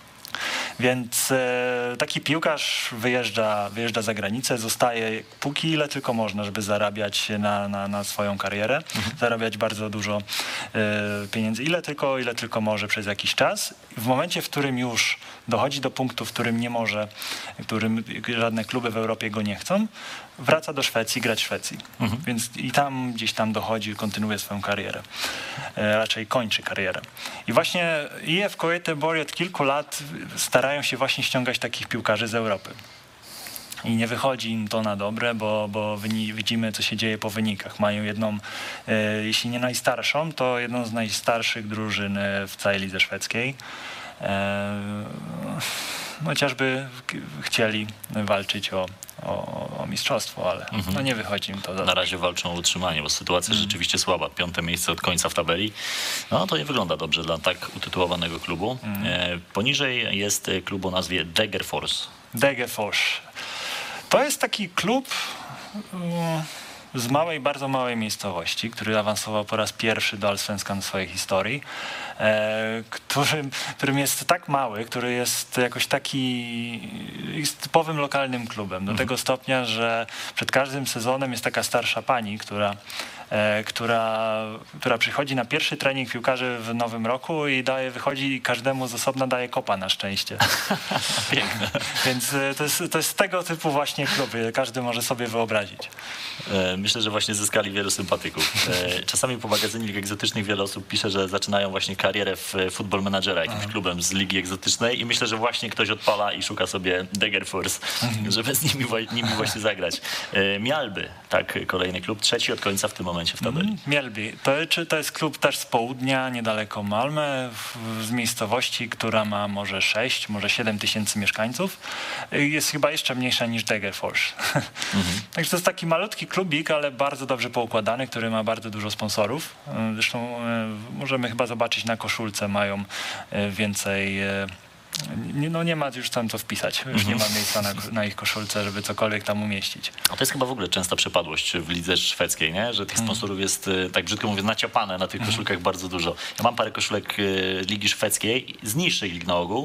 Więc e, taki piłkarz wyjeżdża, wyjeżdża za granicę, zostaje póki ile tylko można, żeby zarabiać na, na, na swoją karierę, mhm. zarabiać bardzo dużo e, pieniędzy, ile tylko, ile tylko może przez jakiś czas. W momencie, w którym już dochodzi do punktu, w którym nie może, w którym żadne kluby w Europie go nie chcą, wraca do Szwecji, grać w Szwecji. Mhm. Więc i tam gdzieś tam dochodzi, kontynuuje swoją karierę. E, raczej kończy karierę. I właśnie I F K Göteborg od kilku lat starają się właśnie ściągać takich piłkarzy z Europy. I nie wychodzi im to na dobre, bo, bo widzimy, co się dzieje po wynikach. Mają jedną, e, jeśli nie najstarszą, to jedną z najstarszych drużyn w całej lidze szwedzkiej. E, chociażby chcieli walczyć o, o, o mistrzostwo, ale mhm. no nie wychodzi im to dobrze. Na razie walczą o utrzymanie, bo sytuacja jest rzeczywiście słaba. Piąte miejsce od końca w tabeli. No to nie wygląda dobrze dla tak utytułowanego klubu. Mhm. E, poniżej jest klub o nazwie Degerfors. Degerfors. To jest taki klub um, z małej, bardzo małej miejscowości, który awansował po raz pierwszy do Allsvenskan w swojej historii, e, którym, którym jest tak mały, który jest jakoś taki jest typowym lokalnym klubem. Do mhm. tego stopnia, że przed każdym sezonem jest taka starsza pani, która E, która, która przychodzi na pierwszy trening piłkarzy w nowym roku i daje, wychodzi i każdemu z osobna daje kopa na szczęście. Piękne. Więc to jest, to jest tego typu właśnie kluby, każdy może sobie wyobrazić. E, myślę, że właśnie zyskali wielu sympatyków. E, czasami po magazynie Lig Egzotycznych wiele osób pisze, że zaczynają właśnie karierę w Football Managera, jakimś Aha. klubem z Ligi Egzotycznej i myślę, że właśnie ktoś odpala i szuka sobie Degerfors, mhm. żeby z nimi, nimi właśnie zagrać. E, Mjällby, tak, kolejny klub, trzeci od końca w tym momencie w tabeli. Mjällby. To, to jest klub też z południa, niedaleko Malmö, w, z miejscowości, która ma może sześć, może siedem tysięcy mieszkańców. Jest chyba jeszcze mniejsza niż Degerfors. Mhm. Także to jest taki malutki klubik, ale bardzo dobrze poukładany, który ma bardzo dużo sponsorów. Zresztą możemy chyba zobaczyć na koszulce, mają więcej... Nie, no nie ma już tam co wpisać. Już nie ma miejsca na, na ich koszulce, żeby cokolwiek tam umieścić. A to jest chyba w ogóle częsta przypadłość w lidze szwedzkiej, nie? Że tych sponsorów jest, tak brzydko mówiąc, naciapane na tych koszulkach bardzo dużo. Ja mam parę koszulek Ligi Szwedzkiej, z niższych lig na ogół,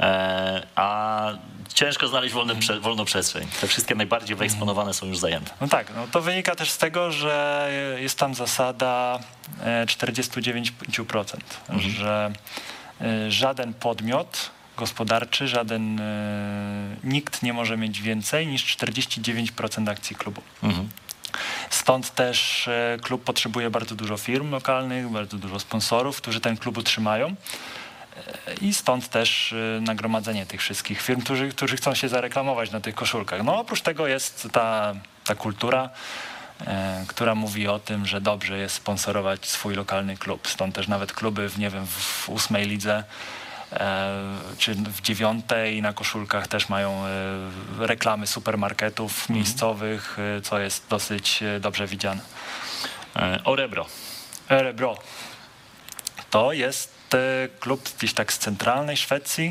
a ciężko znaleźć wolne, wolną przestrzeń. Te wszystkie najbardziej wyeksponowane są już zajęte. No tak, no to wynika też z tego, że jest tam zasada czterdzieści dziewięć procent, mhm. że żaden podmiot gospodarczy, żaden, e, nikt nie może mieć więcej niż czterdzieści dziewięć procent akcji klubu. Mhm. Stąd też e, klub potrzebuje bardzo dużo firm lokalnych, bardzo dużo sponsorów, którzy ten klub utrzymają. I stąd też nagromadzenie tych wszystkich firm, którzy, którzy chcą się zareklamować na tych koszulkach. No oprócz tego jest ta, ta kultura, e, która mówi o tym, że dobrze jest sponsorować swój lokalny klub. Stąd też nawet kluby w, nie wiem, w ósmej lidze e, czy w dziewiątej na koszulkach też mają e, reklamy supermarketów mhm. miejscowych, e, co jest dosyć e, dobrze widziane. E, Örebro. Örebro. To jest klub gdzieś tak z centralnej Szwecji.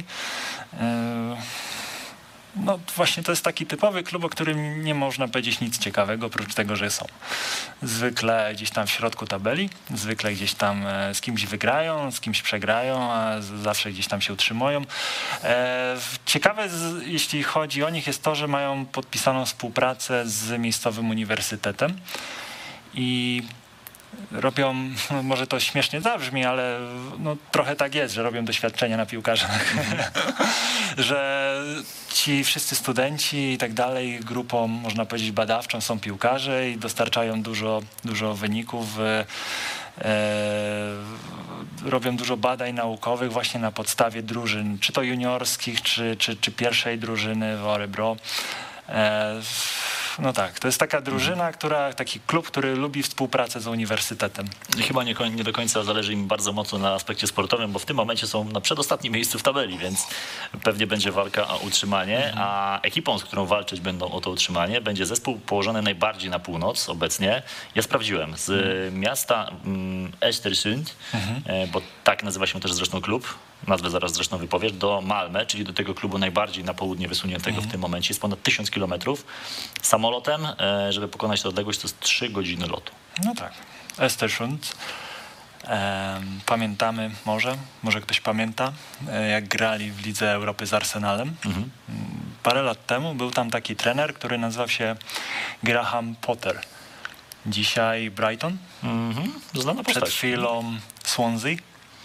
No właśnie to jest taki typowy klub, o którym nie można powiedzieć nic ciekawego, oprócz tego, że są zwykle gdzieś tam w środku tabeli, zwykle gdzieś tam z kimś wygrają, z kimś przegrają, a zawsze gdzieś tam się utrzymują. Ciekawe, jeśli chodzi o nich, jest to, że mają podpisaną współpracę z miejscowym uniwersytetem i robią, no może to śmiesznie zabrzmi, ale no, trochę tak jest, że robią doświadczenia na piłkarzach, że ci wszyscy studenci i tak dalej, grupą można powiedzieć badawczą są piłkarze i dostarczają dużo, dużo wyników, e, robią dużo badań naukowych właśnie na podstawie drużyn, czy to juniorskich, czy, czy, czy pierwszej drużyny w Örebro. E, No tak, to jest taka drużyna, która, taki klub, który lubi współpracę z uniwersytetem. Chyba nie, nie do końca zależy im bardzo mocno na aspekcie sportowym, bo w tym momencie są na przedostatnim miejscu w tabeli, więc pewnie będzie walka o utrzymanie, mhm. a ekipą, z którą walczyć będą o to utrzymanie, będzie zespół położony najbardziej na północ obecnie. Ja sprawdziłem, z mhm. miasta um, Östersund, mhm. e, bo tak nazywa się też zresztą klub, nazwę zaraz zresztą wypowiesz, do Malmö, czyli do tego klubu najbardziej na południe wysuniętego mhm. w tym momencie. Jest ponad tysiąc kilometrów. Samolotem, żeby pokonać tę odległość, to jest trzy godziny lotu. No tak. Östersund. Pamiętamy może, może ktoś pamięta, jak grali w Lidze Europy z Arsenalem. Mhm. Parę lat temu był tam taki trener, który nazywał się Graham Potter. Dzisiaj Brighton. Mhm. Znana postać. Przed chwilą Swansea.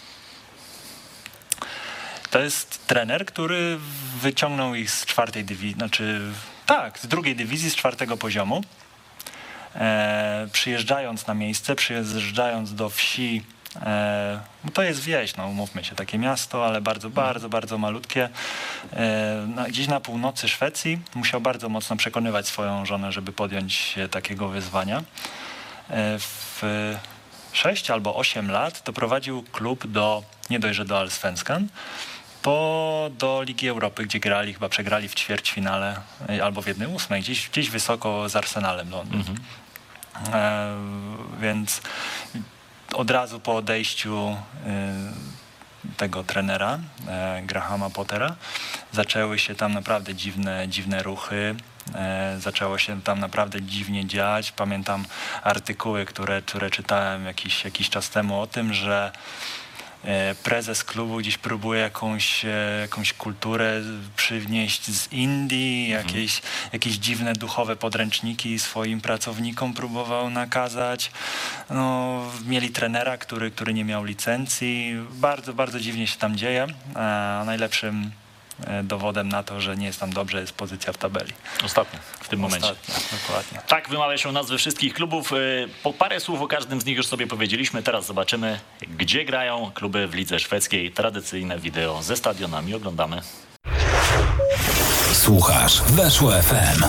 To jest trener, który wyciągnął ich z czwartej dywizji, znaczy tak, z drugiej dywizji, z czwartego poziomu. E, przyjeżdżając na miejsce, przyjeżdżając do wsi, e, no to jest wieś, no umówmy się, takie miasto, ale bardzo, bardzo, bardzo malutkie. E, na, gdzieś na północy Szwecji musiał bardzo mocno przekonywać swoją żonę, żeby podjąć się takiego wyzwania. E, w sześć albo osiem lat doprowadził klub do, nie dość, że do Allsvenskan, po do Ligi Europy, gdzie grali, chyba przegrali w ćwierćfinale albo w jednej ósmej, gdzieś, gdzieś wysoko z Arsenalem Londyn. Mhm. E, więc od razu po odejściu e, tego trenera, e, Grahama Pottera, zaczęły się tam naprawdę dziwne, dziwne ruchy. E, zaczęło się tam naprawdę dziwnie dziać. Pamiętam artykuły, które, które czytałem jakiś, jakiś czas temu o tym, że prezes klubu gdzieś próbuje jakąś, jakąś kulturę przywnieść z Indii, jakieś, mhm. jakieś dziwne duchowe podręczniki swoim pracownikom próbował nakazać. No, mieli trenera, który, który nie miał licencji. Bardzo, bardzo dziwnie się tam dzieje. A najlepszym dowodem na to, że nie jest tam dobrze, jest pozycja w tabeli. Ostatnia w tym momencie. Ostatnia, dokładnie. Tak wymawia się nazwy wszystkich klubów. Po parę słów o każdym z nich już sobie powiedzieliśmy. Teraz zobaczymy, gdzie grają kluby w lidze szwedzkiej. Tradycyjne wideo ze stadionami. Oglądamy. Słuchasz Weszło F M.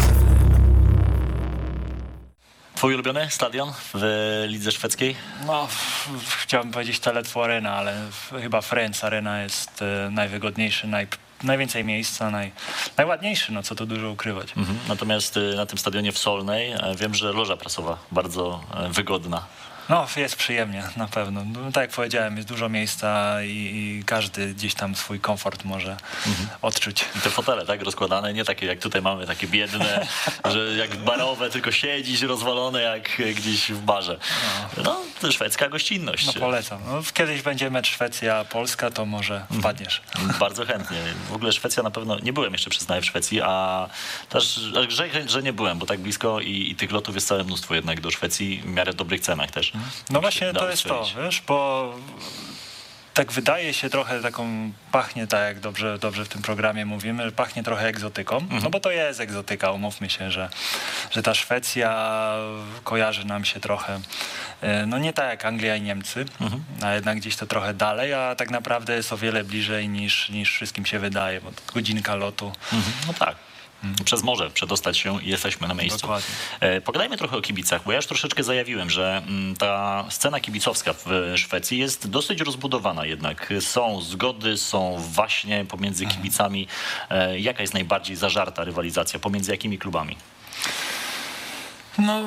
Twój ulubiony stadion w lidze szwedzkiej? No, chciałbym powiedzieć Tele2 Arena, ale chyba Friends Arena jest najwygodniejszy, naj, najwięcej miejsca, naj, najładniejszy, no co tu dużo ukrywać. Mhm. Natomiast na tym stadionie w Solnej wiem, że loża prasowa bardzo wygodna. No, jest przyjemnie, na pewno. No, tak jak powiedziałem, jest dużo miejsca i, i każdy gdzieś tam swój komfort może mhm. odczuć. I te fotele, tak, rozkładane, nie takie jak tutaj mamy, takie biedne, że jak barowe, tylko siedzisz rozwalone jak gdzieś w barze. No, no to szwedzka gościnność. No polecam. No, kiedyś będzie mecz Szwecja-Polska, to może wpadniesz. Mhm. Bardzo chętnie. W ogóle Szwecja na pewno, nie byłem jeszcze przyznaję w Szwecji, a też, że, że nie byłem, bo tak blisko i, i tych lotów jest całe mnóstwo jednak do Szwecji w miarę dobrych cenach też. No właśnie to jest to, wiesz, bo tak wydaje się trochę taką, pachnie tak jak dobrze, dobrze w tym programie mówimy, że pachnie trochę egzotyką, mhm. no bo to jest egzotyka, umówmy się, że, że ta Szwecja kojarzy nam się trochę, no nie tak jak Anglia i Niemcy, mhm. a jednak gdzieś to trochę dalej, a tak naprawdę jest o wiele bliżej niż, niż wszystkim się wydaje, bo godzinka lotu. Mhm. No tak. Przez morze przedostać się i jesteśmy na miejscu. Dokładnie. Pogadajmy trochę o kibicach, bo ja już troszeczkę zajawiłem, że ta scena kibicowska w Szwecji jest dosyć rozbudowana jednak. Są zgody, są waśnie pomiędzy kibicami. Jaka jest najbardziej zażarta rywalizacja? Pomiędzy jakimi klubami? No...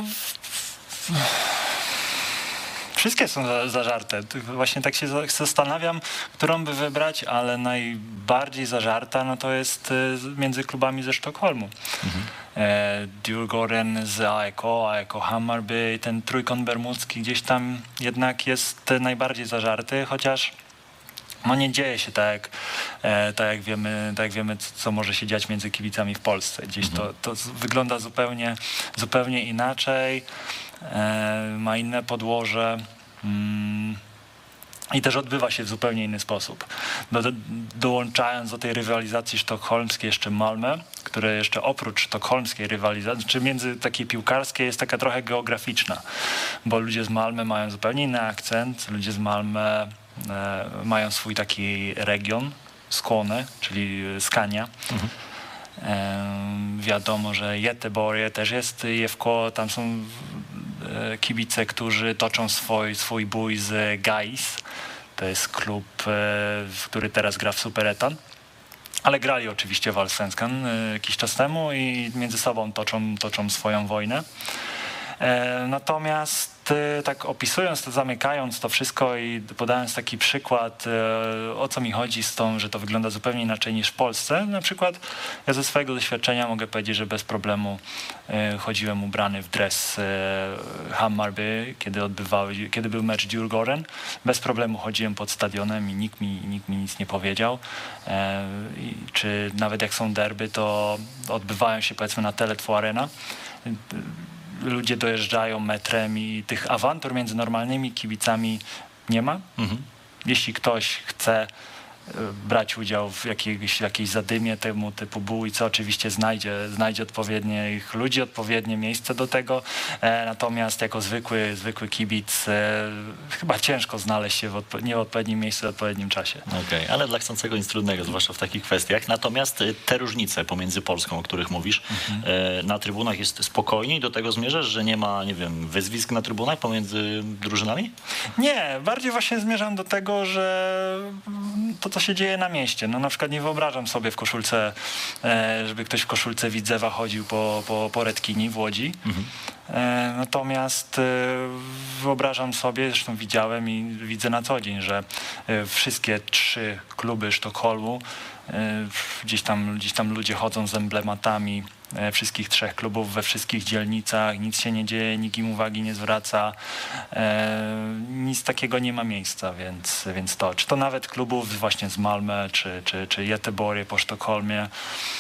Wszystkie są zażarte. Właśnie tak się zastanawiam, którą by wybrać, ale najbardziej zażarta no to jest między klubami ze Sztokholmu. Mhm. Djurgården z A E K, A E K Hammarby, ten trójkąt bermudzki gdzieś tam jednak jest najbardziej zażarty, chociaż no nie dzieje się tak jak, tak jak wiemy, tak jak wiemy co, co może się dziać między kibicami w Polsce. Gdzieś mhm. to, to wygląda zupełnie, zupełnie inaczej. Ma inne podłoże i też odbywa się w zupełnie inny sposób. Do, do, dołączając do tej rywalizacji sztokholmskiej jeszcze Malmö, które jeszcze oprócz sztokholmskiej rywalizacji, czy między takiej piłkarskiej jest taka trochę geograficzna, bo ludzie z Malmö mają zupełnie inny akcent, ludzie z Malmö e, mają swój taki region, Skåne, czyli Skania. Mhm. Wiadomo, że Göteborg też jest I F K, tam są kibice, którzy toczą swój, swój bój z Gais. To jest klub, który teraz gra w Superettan. Ale grali oczywiście w Allsvenskan jakiś czas temu i między sobą toczą, toczą swoją wojnę. Natomiast tak opisując to, zamykając to wszystko i podając taki przykład, o co mi chodzi z tą, że to wygląda zupełnie inaczej niż w Polsce. Na przykład ja ze swojego doświadczenia mogę powiedzieć, że bez problemu chodziłem ubrany w dres Hammarby, kiedy odbywały, kiedy był mecz Djurgården. Bez problemu chodziłem pod stadionem i nikt mi, nikt mi nic nie powiedział. Czy nawet jak są derby, to odbywają się powiedzmy na Tele2 Arena. Ludzie dojeżdżają metrem i tych awantur między normalnymi kibicami nie ma. Mhm. Jeśli ktoś chce brać udział w jakiejś, jakiejś zadymie temu typu bójce, oczywiście znajdzie, znajdzie odpowiednich ludzi, odpowiednie miejsce do tego, e, natomiast jako zwykły, zwykły kibic e, chyba ciężko znaleźć się w odpo- nie w odpowiednim miejscu w odpowiednim czasie. Okej, okay, ale dla chcącego nic trudnego, zwłaszcza w takich kwestiach. Natomiast te różnice pomiędzy Polską, o których mówisz, mhm. e, na trybunach jest spokojniej, do tego zmierzasz, że nie ma, nie wiem, wyzwisk na trybunach pomiędzy drużynami? Nie, bardziej właśnie zmierzam do tego, że to, co się dzieje na mieście. No na przykład nie wyobrażam sobie w koszulce, żeby ktoś w koszulce Widzewa chodził po, po, po Redkini w Łodzi. Mhm. Natomiast wyobrażam sobie, zresztą widziałem i widzę na co dzień, że wszystkie trzy kluby Sztokholmu, gdzieś tam, gdzieś tam ludzie chodzą z emblematami wszystkich trzech klubów we wszystkich dzielnicach, nic się nie dzieje, nikt im uwagi nie zwraca, nic takiego nie ma miejsca, więc, więc to, czy to nawet klubów właśnie z Malmö, czy, czy, czy Göteborg po Sztokholmie,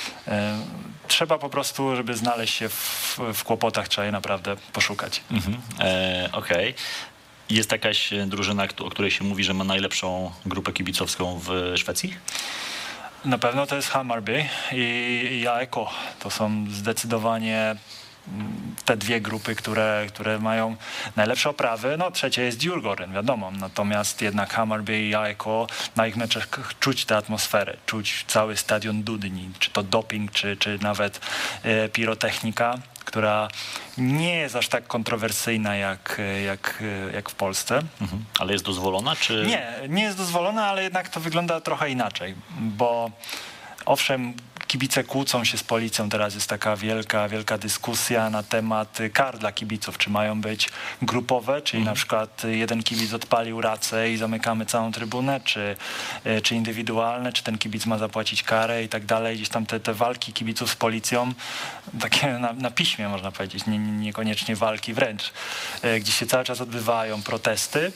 trzeba po prostu, żeby znaleźć się w, w kłopotach, trzeba je naprawdę poszukać. Mhm. E, Okej. Okay. Jest jakaś drużyna, o której się mówi, że ma najlepszą grupę kibicowską w Szwecji? Na pewno to jest Hammarby i, i A E K. To są zdecydowanie te dwie grupy, które, które mają najlepsze oprawy. No trzecia jest Djurgården, wiadomo. Natomiast jednak Hammarby i A E K, na ich meczach czuć tę atmosferę, czuć cały stadion dudni, czy to doping, czy, czy nawet e, pirotechnika, która nie jest aż tak kontrowersyjna jak, jak, jak w Polsce. Mhm. Ale jest dozwolona, czy... Nie, nie jest dozwolona, ale jednak to wygląda trochę inaczej, bo owszem, kibice kłócą się z policją, teraz jest taka wielka, wielka dyskusja na temat kar dla kibiców, czy mają być grupowe, czyli mm. na przykład jeden kibic odpalił racę i zamykamy całą trybunę, czy, czy indywidualne, czy ten kibic ma zapłacić karę i tak dalej. Gdzieś tam te, te walki kibiców z policją, takie na, na piśmie można powiedzieć, nie, niekoniecznie walki wręcz, gdzie się cały czas odbywają protesty.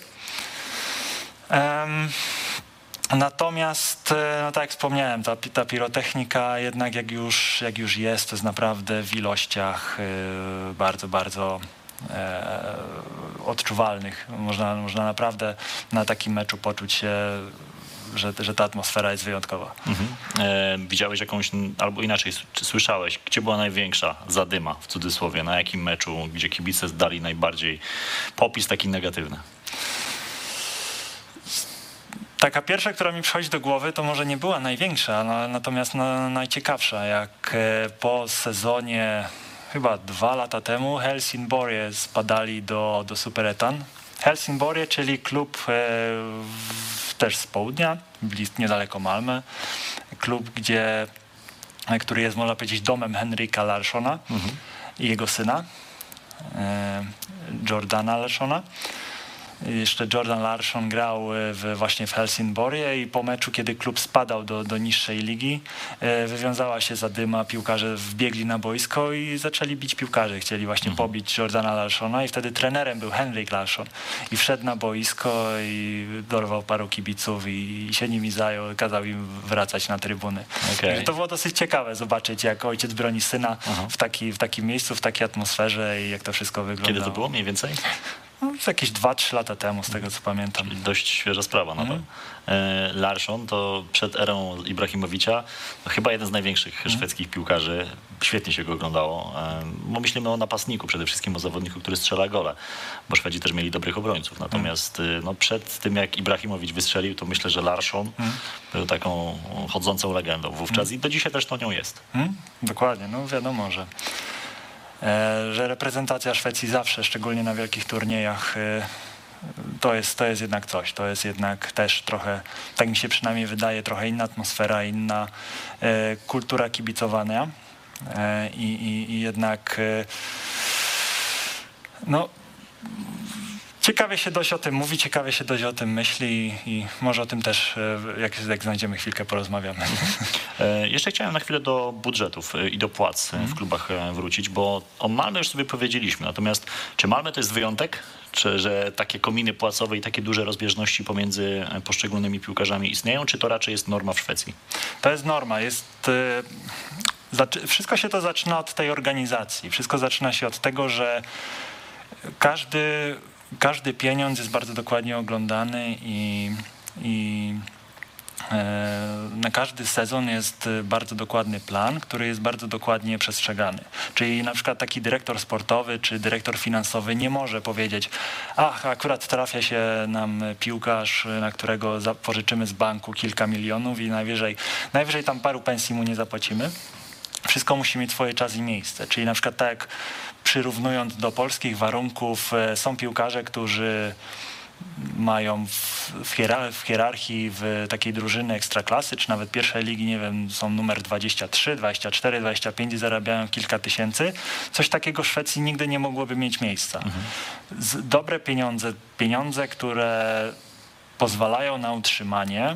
Um, Natomiast, no tak jak wspomniałem, ta, ta pirotechnika jednak jak już, jak już jest, to jest naprawdę w ilościach bardzo, bardzo e, odczuwalnych. Można, można naprawdę na takim meczu poczuć się, że, że ta atmosfera jest wyjątkowa. Mhm. E, widziałeś jakąś, albo inaczej, czy słyszałeś, gdzie była największa zadyma, w cudzysłowie, na jakim meczu, gdzie kibice dali najbardziej popis taki negatywny? Taka pierwsza, która mi przychodzi do głowy, to może nie była największa, no, natomiast no, najciekawsza. Jak po sezonie, chyba dwa lata temu, Helsingborg spadali do, do Superettan. Helsingborg, czyli klub e, w, też z południa, blisko, niedaleko Malmö. Klub, gdzie, który jest, można powiedzieć, domem Henrika Larssona mhm. i jego syna, e, Jordana Larssona. Jeszcze Jordan Larsson grał w, właśnie w Helsingborgie i po meczu, kiedy klub spadał do, do niższej ligi, wywiązała się zadyma, piłkarze wbiegli na boisko i zaczęli bić piłkarzy. Chcieli właśnie mhm. pobić Jordana Larssona i wtedy trenerem był Henrik Larsson. I wszedł na boisko i dorwał paru kibiców i, i się nimi zajął, kazał im wracać na trybuny. Okay. To było dosyć ciekawe zobaczyć, jak ojciec broni syna w, taki, w takim miejscu, w takiej atmosferze i jak to wszystko wyglądało. Kiedy to było mniej więcej? No, jakieś dwa trzy lata temu, z tego co pamiętam. Czyli dość świeża sprawa na mm. e, Larsson to przed erą Ibrahimowicza no, chyba jeden z największych mm. szwedzkich piłkarzy. Świetnie się go oglądało. E, bo myślimy o napastniku, przede wszystkim o zawodniku, który strzela gole. Bo Szwedzi też mieli dobrych obrońców. Natomiast mm. no, przed tym, jak Ibrahimowicz wystrzelił, to myślę, że Larsson mm. był taką chodzącą legendą wówczas mm. i do dzisiaj też to nią jest. Mm. Dokładnie, no wiadomo, że że reprezentacja Szwecji zawsze, szczególnie na wielkich turniejach, to jest, to jest jednak coś. To jest jednak też trochę, tak mi się przynajmniej wydaje, trochę inna atmosfera, inna kultura kibicowania i, i, i jednak no ciekawie się dość o tym mówi, ciekawie się dość o tym myśli i może o tym też, jak, jak znajdziemy chwilkę, porozmawiamy. Jeszcze chciałem na chwilę do budżetów i do płac w klubach wrócić, bo o Malmö już sobie powiedzieliśmy. Natomiast czy Malmö to jest wyjątek? Czy że takie kominy płacowe i takie duże rozbieżności pomiędzy poszczególnymi piłkarzami istnieją, czy to raczej jest norma w Szwecji? To jest norma. Jest... Wszystko się to zaczyna od tej organizacji. Wszystko zaczyna się od tego, że każdy... Każdy pieniądz jest bardzo dokładnie oglądany i, i e, na każdy sezon jest bardzo dokładny plan, który jest bardzo dokładnie przestrzegany. Czyli na przykład taki dyrektor sportowy czy dyrektor finansowy nie może powiedzieć: ach, akurat trafia się nam piłkarz, na którego pożyczymy z banku kilka milionów i najwyżej, najwyżej tam paru pensji mu nie zapłacimy. Wszystko musi mieć swoje czas i miejsce. Czyli na przykład tak jak przyrównując do polskich warunków, są piłkarze, którzy mają w, w, hierar- w hierarchii w takiej drużyny ekstraklasy, czy nawet pierwszej ligi, nie wiem, są numer dwadzieścia trzy, dwadzieścia cztery, dwadzieścia pięć i zarabiają kilka tysięcy. Coś takiego w Szwecji nigdy nie mogłoby mieć miejsca. Mhm. Z, dobre pieniądze, pieniądze, które pozwalają na utrzymanie,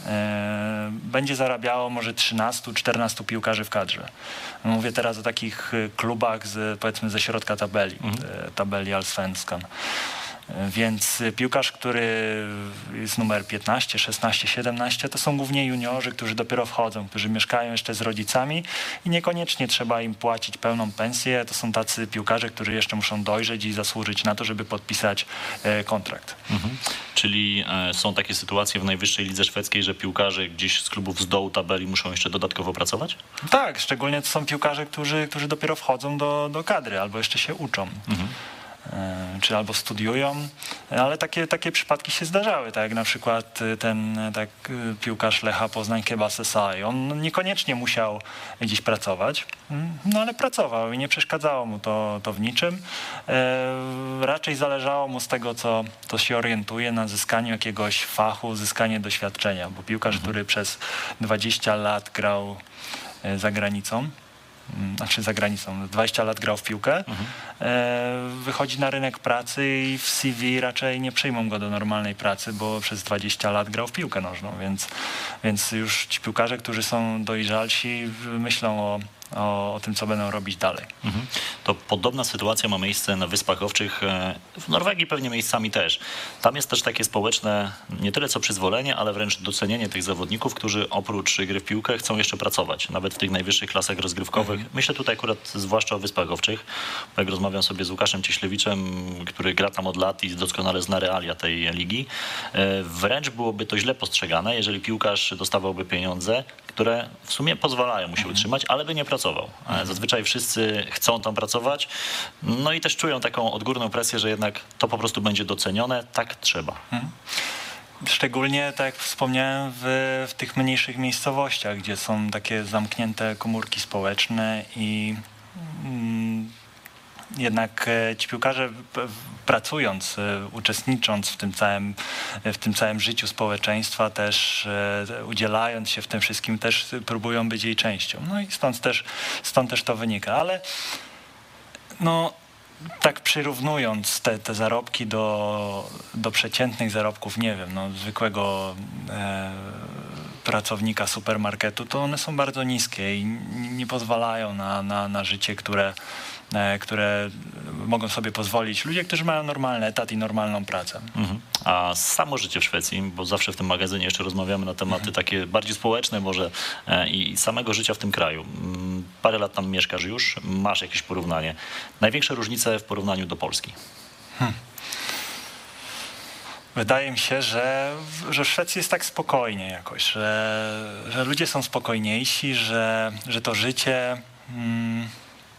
będzie zarabiało może trzynastu czternastu piłkarzy w kadrze. Mówię teraz o takich klubach z, powiedzmy ze środka tabeli, mhm. tabeli Allsvenskan. Więc piłkarz, który jest numer piętnaście, szesnaście, siedemnaście, to są głównie juniorzy, którzy dopiero wchodzą, którzy mieszkają jeszcze z rodzicami i niekoniecznie trzeba im płacić pełną pensję. To są tacy piłkarze, którzy jeszcze muszą dojrzeć i zasłużyć na to, żeby podpisać kontrakt. Mhm. Czyli są takie sytuacje w najwyższej lidze szwedzkiej, że piłkarze gdzieś z klubów z dołu tabeli muszą jeszcze dodatkowo pracować? Tak, szczególnie to są piłkarze, którzy, którzy dopiero wchodzą do, do kadry albo jeszcze się uczą. Mhm. Czy albo studiują, ale takie, takie przypadki się zdarzały, tak jak na przykład ten tak, piłkarz Lecha Poznań Keba Sesai. On niekoniecznie musiał gdzieś pracować, no ale pracował i nie przeszkadzało mu to, to w niczym. E, raczej zależało mu z tego, co to się orientuje, na zyskaniu jakiegoś fachu, zyskanie doświadczenia, bo piłkarz, mhm. który przez dwadzieścia lat grał za granicą, znaczy za granicą, dwadzieścia lat grał w piłkę, mhm. wychodzi na rynek pracy i w C V raczej nie przyjmą go do normalnej pracy, bo przez dwadzieścia lat grał w piłkę nożną, więc, więc już ci piłkarze, którzy są dojrzalsi, myślą o, o, o tym, co będą robić dalej. Mhm. To podobna sytuacja ma miejsce na Wyspach Owczych, w Norwegii pewnie miejscami też. Tam jest też takie społeczne, nie tyle co przyzwolenie, ale wręcz docenienie tych zawodników, którzy oprócz gry w piłkę chcą jeszcze pracować, nawet w tych najwyższych klasach rozgrywkowych. Mhm. Myślę tutaj akurat zwłaszcza o Wyspach Owczych, bo jak rozmawiam sobie z Łukaszem Cieślewiczem, który gra tam od lat i doskonale zna realia tej ligi, wręcz byłoby to źle postrzegane, jeżeli piłkarz dostawałby pieniądze, które w sumie pozwalają mu się utrzymać, ale by nie pracował. Zazwyczaj wszyscy chcą tam pracować, no i też czują taką odgórną presję, że jednak to po prostu będzie docenione, tak trzeba. Szczególnie, tak jak wspomniałem, w, w tych mniejszych miejscowościach, gdzie są takie zamknięte komórki społeczne i mm, jednak ci piłkarze pracując, uczestnicząc w tym całym, w tym całym życiu społeczeństwa, też udzielając się w tym wszystkim, też próbują być jej częścią. No i stąd też, stąd też to wynika. Ale no, tak przyrównując te, te zarobki do, do przeciętnych zarobków, nie wiem, no, zwykłego e, pracownika supermarketu, to one są bardzo niskie i nie pozwalają na, na, na życie, które które mogą sobie pozwolić ludzie, którzy mają normalny etat i normalną pracę. Mhm. A samo życie w Szwecji, bo zawsze w tym magazynie jeszcze rozmawiamy na tematy mhm. takie bardziej społeczne może i samego życia w tym kraju. Parę lat tam mieszkasz już, masz jakieś porównanie. Największe różnice w porównaniu do Polski? Hmm. Wydaje mi się, że, że w Szwecji jest tak spokojnie jakoś, że, że ludzie są spokojniejsi, że, że to życie... Hmm,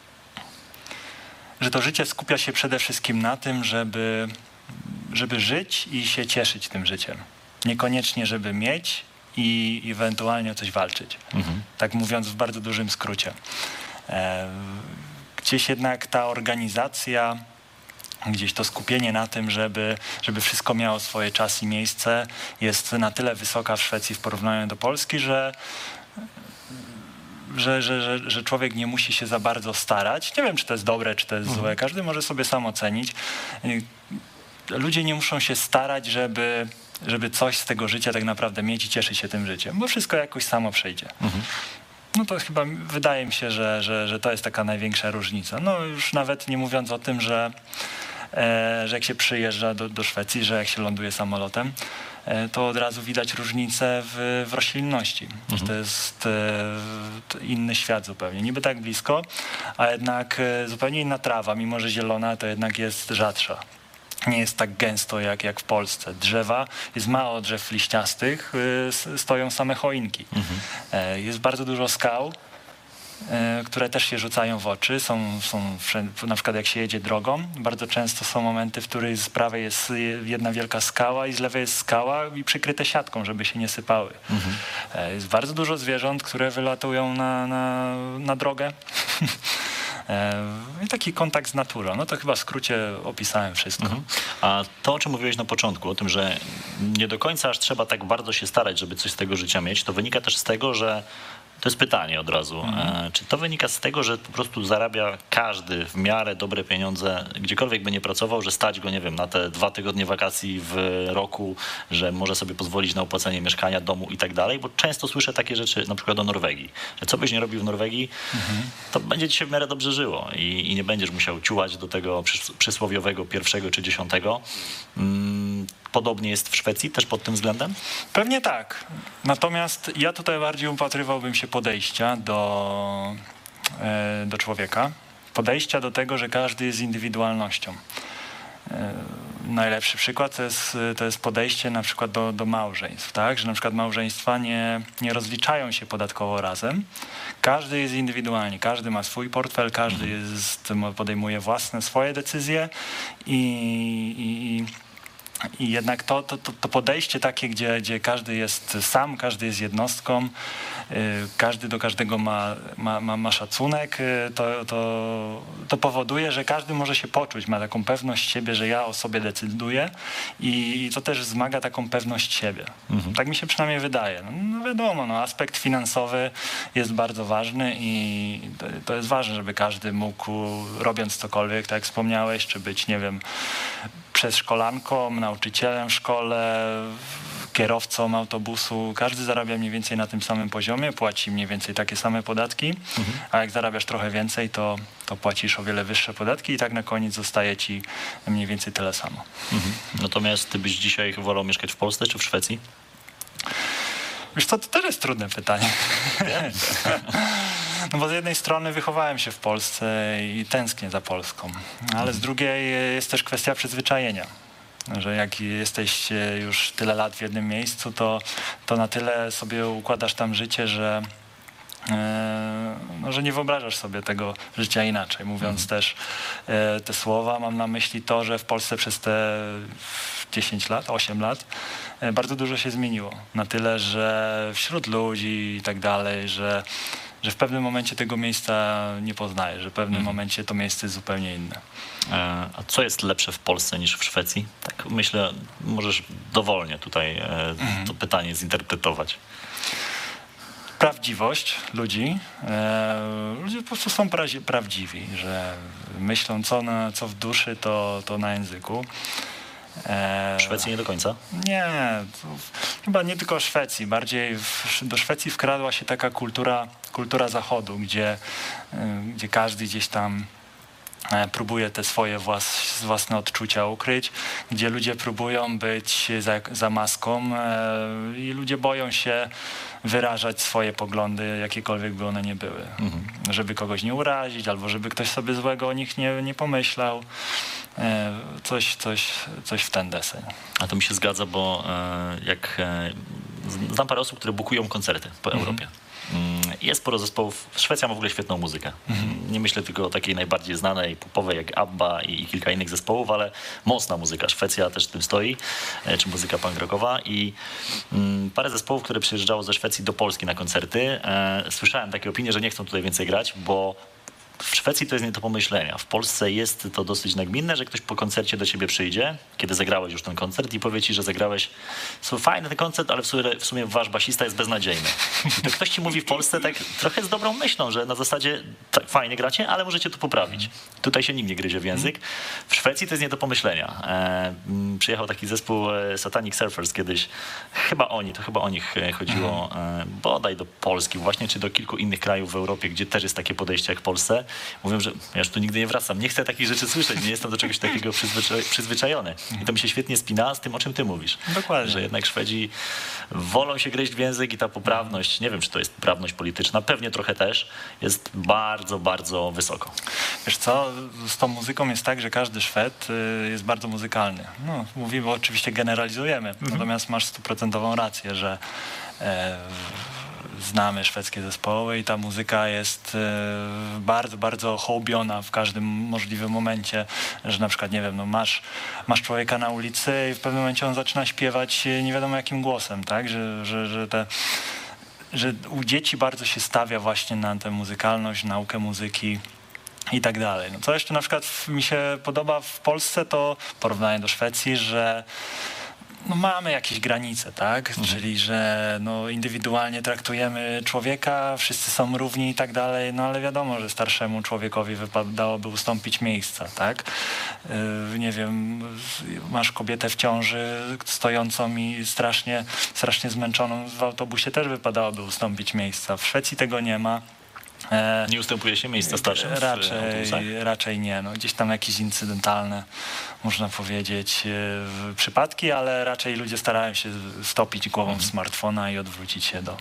że to życie skupia się przede wszystkim na tym, żeby, żeby żyć i się cieszyć tym życiem. Niekoniecznie, żeby mieć i ewentualnie o coś walczyć. Mhm. Tak mówiąc w bardzo dużym skrócie. E, gdzieś jednak ta organizacja, gdzieś to skupienie na tym, żeby, żeby wszystko miało swoje czas i miejsce, jest na tyle wysoka w Szwecji w porównaniu do Polski, że Że, że, że, że człowiek nie musi się za bardzo starać. Nie wiem, czy to jest dobre, czy to jest złe. Każdy może sobie sam ocenić. Ludzie nie muszą się starać, żeby, żeby coś z tego życia tak naprawdę mieć i cieszyć się tym życiem, bo wszystko jakoś samo przejdzie. Mhm. No to chyba wydaje mi się, że, że, że to jest taka największa różnica. No już nawet nie mówiąc o tym, że, e, że jak się przyjeżdża do, do Szwecji, że jak się ląduje samolotem, to od razu widać różnicę w, w roślinności. Mhm. To jest e, inny świat zupełnie. Niby tak blisko, a jednak e, zupełnie inna trawa, mimo że zielona, to jednak jest rzadsza. Nie jest tak gęsto jak, jak w Polsce. Drzewa, jest mało drzew liściastych, e, stoją same choinki. Mhm. E, jest bardzo dużo skał, które też się rzucają w oczy. Są, są na przykład jak się jedzie drogą, bardzo często są momenty, w których z prawej jest jedna wielka skała i z lewej jest skała i przykryte siatką, żeby się nie sypały. Mhm. Jest bardzo dużo zwierząt, które wylatują na, na, na drogę. I taki kontakt z naturą. No to chyba w skrócie opisałem wszystko. Mhm. A to, o czym mówiłeś na początku, o tym, że nie do końca aż trzeba tak bardzo się starać, żeby coś z tego życia mieć, to wynika też z tego, że to jest pytanie od razu. Mhm. Czy to wynika z tego, że po prostu zarabia każdy w miarę dobre pieniądze, gdziekolwiek by nie pracował, że stać go, nie wiem, na te dwa tygodnie wakacji w roku, że może sobie pozwolić na opłacenie mieszkania, domu i tak dalej? Bo często słyszę takie rzeczy, na przykład o Norwegii, że co byś nie robił w Norwegii, mhm. to będzie ci się w miarę dobrze żyło i, i nie będziesz musiał ciułać do tego przys- przysłowiowego pierwszego czy dziesiątego. Mm, Podobnie jest w Szwecji też pod tym względem? Pewnie tak. Natomiast ja tutaj bardziej upatrywałbym się podejścia do, do człowieka. Podejścia do tego, że każdy jest indywidualnością. Najlepszy przykład to jest, to jest podejście na przykład do, do małżeństw, tak? Że na przykład małżeństwa nie, nie rozliczają się podatkowo razem. Każdy jest indywidualnie, każdy ma swój portfel, każdy jest, podejmuje własne swoje decyzje i, i I jednak to, to, to podejście takie, gdzie, gdzie każdy jest sam, każdy jest jednostką, każdy do każdego ma, ma, ma, ma szacunek, to, to, to powoduje, że każdy może się poczuć, ma taką pewność siebie, że ja o sobie decyduję i to też wzmaga taką pewność siebie. Mhm. Tak mi się przynajmniej wydaje. No wiadomo, no, aspekt finansowy jest bardzo ważny i to jest ważne, żeby każdy mógł, robiąc cokolwiek, tak jak wspomniałeś, czy być, nie wiem, przedszkolanką, nauczycielem w szkole, kierowcą autobusu, każdy zarabia mniej więcej na tym samym poziomie, płaci mniej więcej takie same podatki, mhm. a jak zarabiasz trochę więcej, to, to płacisz o wiele wyższe podatki i tak na koniec zostaje ci mniej więcej tyle samo. Mhm. Natomiast ty byś dzisiaj wolał mieszkać w Polsce czy w Szwecji? Wiesz co, to też jest trudne pytanie. No bo z jednej strony wychowałem się w Polsce i tęsknię za Polską, ale z drugiej jest też kwestia przyzwyczajenia. Że jak jesteś już tyle lat w jednym miejscu, to, to na tyle sobie układasz tam życie, że, no, że nie wyobrażasz sobie tego życia inaczej. Mówiąc mhm. też te słowa, mam na myśli to, że w Polsce przez te dziesięć lat, osiem lat bardzo dużo się zmieniło. Na tyle, że wśród ludzi i tak dalej, że, że w pewnym momencie tego miejsca nie poznajesz, że w pewnym mhm. momencie to miejsce jest zupełnie inne. A co jest lepsze w Polsce niż w Szwecji? Tak myślę, możesz dowolnie tutaj mhm. to pytanie zinterpretować. Prawdziwość ludzi. E, ludzie po prostu są pra- prawdziwi, że myślą co, na, co w duszy, to, to na języku. W Szwecji nie do końca? Nie, chyba nie tylko w Szwecji. Bardziej w, do Szwecji wkradła się taka kultura, kultura zachodu, gdzie, gdzie każdy gdzieś tam próbuje te swoje włas, własne odczucia ukryć, gdzie ludzie próbują być za, za maską i ludzie boją się wyrażać swoje poglądy, jakiekolwiek by one nie były. Mhm. Żeby kogoś nie urazić, albo żeby ktoś sobie złego o nich nie, nie pomyślał. Coś, coś, coś w ten deseń. A to mi się zgadza, bo jak znam parę osób, które bukują koncerty po mhm. Europie. Jest sporo zespołów. Szwecja ma w ogóle świetną muzykę. Mhm. Nie myślę tylko o takiej najbardziej znanej, popowej jak ABBA i, i kilka innych zespołów, ale mocna muzyka. Szwecja też w tym stoi, czy muzyka punk rockowa. I mm, parę zespołów, które przyjeżdżało ze Szwecji do Polski na koncerty, e, słyszałem takie opinie, że nie chcą tutaj więcej grać, bo w Szwecji to jest nie do pomyślenia. W Polsce jest to dosyć nagminne, że ktoś po koncercie do ciebie przyjdzie, kiedy zagrałeś już ten koncert i powie ci, że zagrałeś so, fajny ten koncert, ale w sumie, w sumie wasz basista jest beznadziejny. I to ktoś ci mówi w Polsce tak trochę z dobrą myślą, że na zasadzie tak, fajnie gracie, ale możecie to poprawić. Tutaj się nikt nie gryzie w język. W Szwecji to jest nie do pomyślenia. E, przyjechał taki zespół Satanic Surfers kiedyś. Chyba oni, to chyba o nich chodziło e, bodaj do Polski właśnie, czy do kilku innych krajów w Europie, gdzie też jest takie podejście jak w Polsce. Mówią, że ja już tu nigdy nie wracam, nie chcę takich rzeczy słyszeć, nie jestem do czegoś takiego przyzwyczaj, przyzwyczajony. I to mi się świetnie spina z tym, o czym ty mówisz. Dokładnie. Że jednak Szwedzi wolą się gryźć w język i ta poprawność, nie wiem, czy to jest poprawność polityczna, pewnie trochę też, jest bardzo, bardzo wysoko. Wiesz co, z tą muzyką jest tak, że każdy Szwed jest bardzo muzykalny. No, mówimy, oczywiście generalizujemy, mhm. natomiast masz stuprocentową rację, że e, znamy szwedzkie zespoły i ta muzyka jest e, bardzo, bardzo hołubiona w każdym możliwym momencie, że na przykład, nie wiem, no masz, masz człowieka na ulicy i w pewnym momencie on zaczyna śpiewać nie wiadomo jakim głosem, tak, że, że, że te że u dzieci bardzo się stawia właśnie na tę muzykalność, naukę muzyki i tak dalej. No co jeszcze na przykład mi się podoba w Polsce, to porównanie do Szwecji, że no mamy jakieś granice, tak? Mhm. Czyli, że no indywidualnie traktujemy człowieka, wszyscy są równi i tak dalej, no ale wiadomo, że starszemu człowiekowi wypadałoby ustąpić miejsca, tak? Yy, nie wiem, masz kobietę w ciąży stojącą i strasznie, strasznie zmęczoną w autobusie, też wypadałoby ustąpić miejsca. W Szwecji tego nie ma. Nie ustępuje się miejsca starszym w raczej, raczej nie. No, gdzieś tam jakieś incydentalne, można powiedzieć, przypadki, ale raczej ludzie starają się stopić głową w smartfona i odwrócić się do,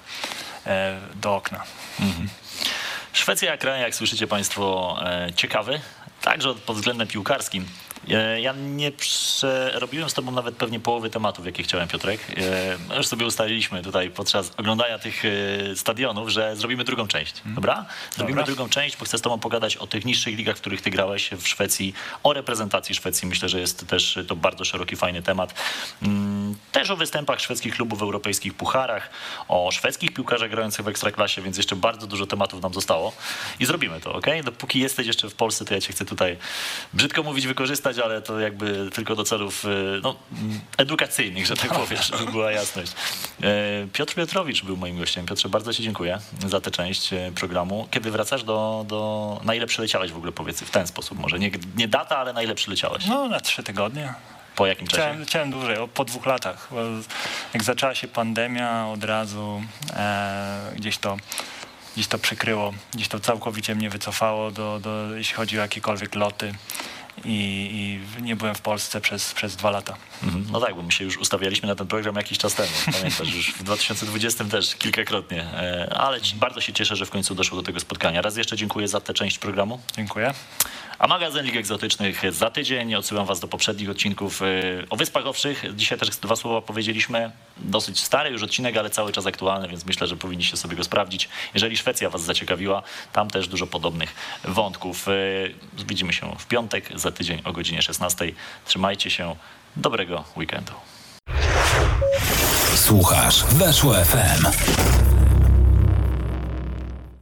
do okna. Mhm. Szwecja, kraj, jak słyszycie państwo, ciekawy, także pod względem piłkarskim. Ja nie przerobiłem z tobą nawet pewnie połowy tematów, jakie chciałem, Piotrek. Już sobie ustaliliśmy tutaj podczas oglądania tych stadionów, że zrobimy drugą część, dobra? Zrobimy dobra. drugą część, bo chcę z tobą pogadać o tych niższych ligach, w których ty grałeś w Szwecji, o reprezentacji Szwecji. Myślę, że jest też to bardzo szeroki, fajny temat. Też o występach szwedzkich klubów w europejskich pucharach, o szwedzkich piłkarzach grających w Ekstraklasie, więc jeszcze bardzo dużo tematów nam zostało. I zrobimy to, okej? Dopóki jesteś jeszcze w Polsce, to ja cię chcę tutaj, brzydko mówić, wykorzystać, ale to jakby tylko do celów no, edukacyjnych, że tak powiem, żeby była jasność. Piotr Piotrowicz był moim gościem. Piotrze, bardzo ci dziękuję za tę część programu. Kiedy wracasz do... do... Na ile przyleciałeś w ogóle, powiedz, w ten sposób może? Nie, nie data, ale na ile przyleciałeś? No na trzy tygodnie. Po jakim czasie? Chciałem, chciałem dłużej, o, po dwóch latach. Bo jak zaczęła się pandemia, od razu e, gdzieś to gdzieś to przykryło, gdzieś to całkowicie mnie wycofało, do, do, jeśli chodzi o jakiekolwiek loty. I, i nie byłem w Polsce przez, przez dwa lata. Mhm. No tak, bo my się już ustawialiśmy na ten program jakiś czas temu. Pamiętasz, już w dwa tysiące dwudziestym też kilkakrotnie. E, ale ci, bardzo się cieszę, że w końcu doszło do tego spotkania. Raz jeszcze dziękuję za tę część programu. Dziękuję. A magazyn Lig Egzotycznych za tydzień. Odsyłam was do poprzednich odcinków o Wyspach Owczych. Dzisiaj też dwa słowa powiedzieliśmy. Dosyć stary już odcinek, ale cały czas aktualny, więc myślę, że powinniście sobie go sprawdzić. Jeżeli Szwecja was zaciekawiła, tam też dużo podobnych wątków. Widzimy się w piątek, za tydzień o godzinie szesnastej. Trzymajcie się. Dobrego weekendu. Słuchasz Weszło F M.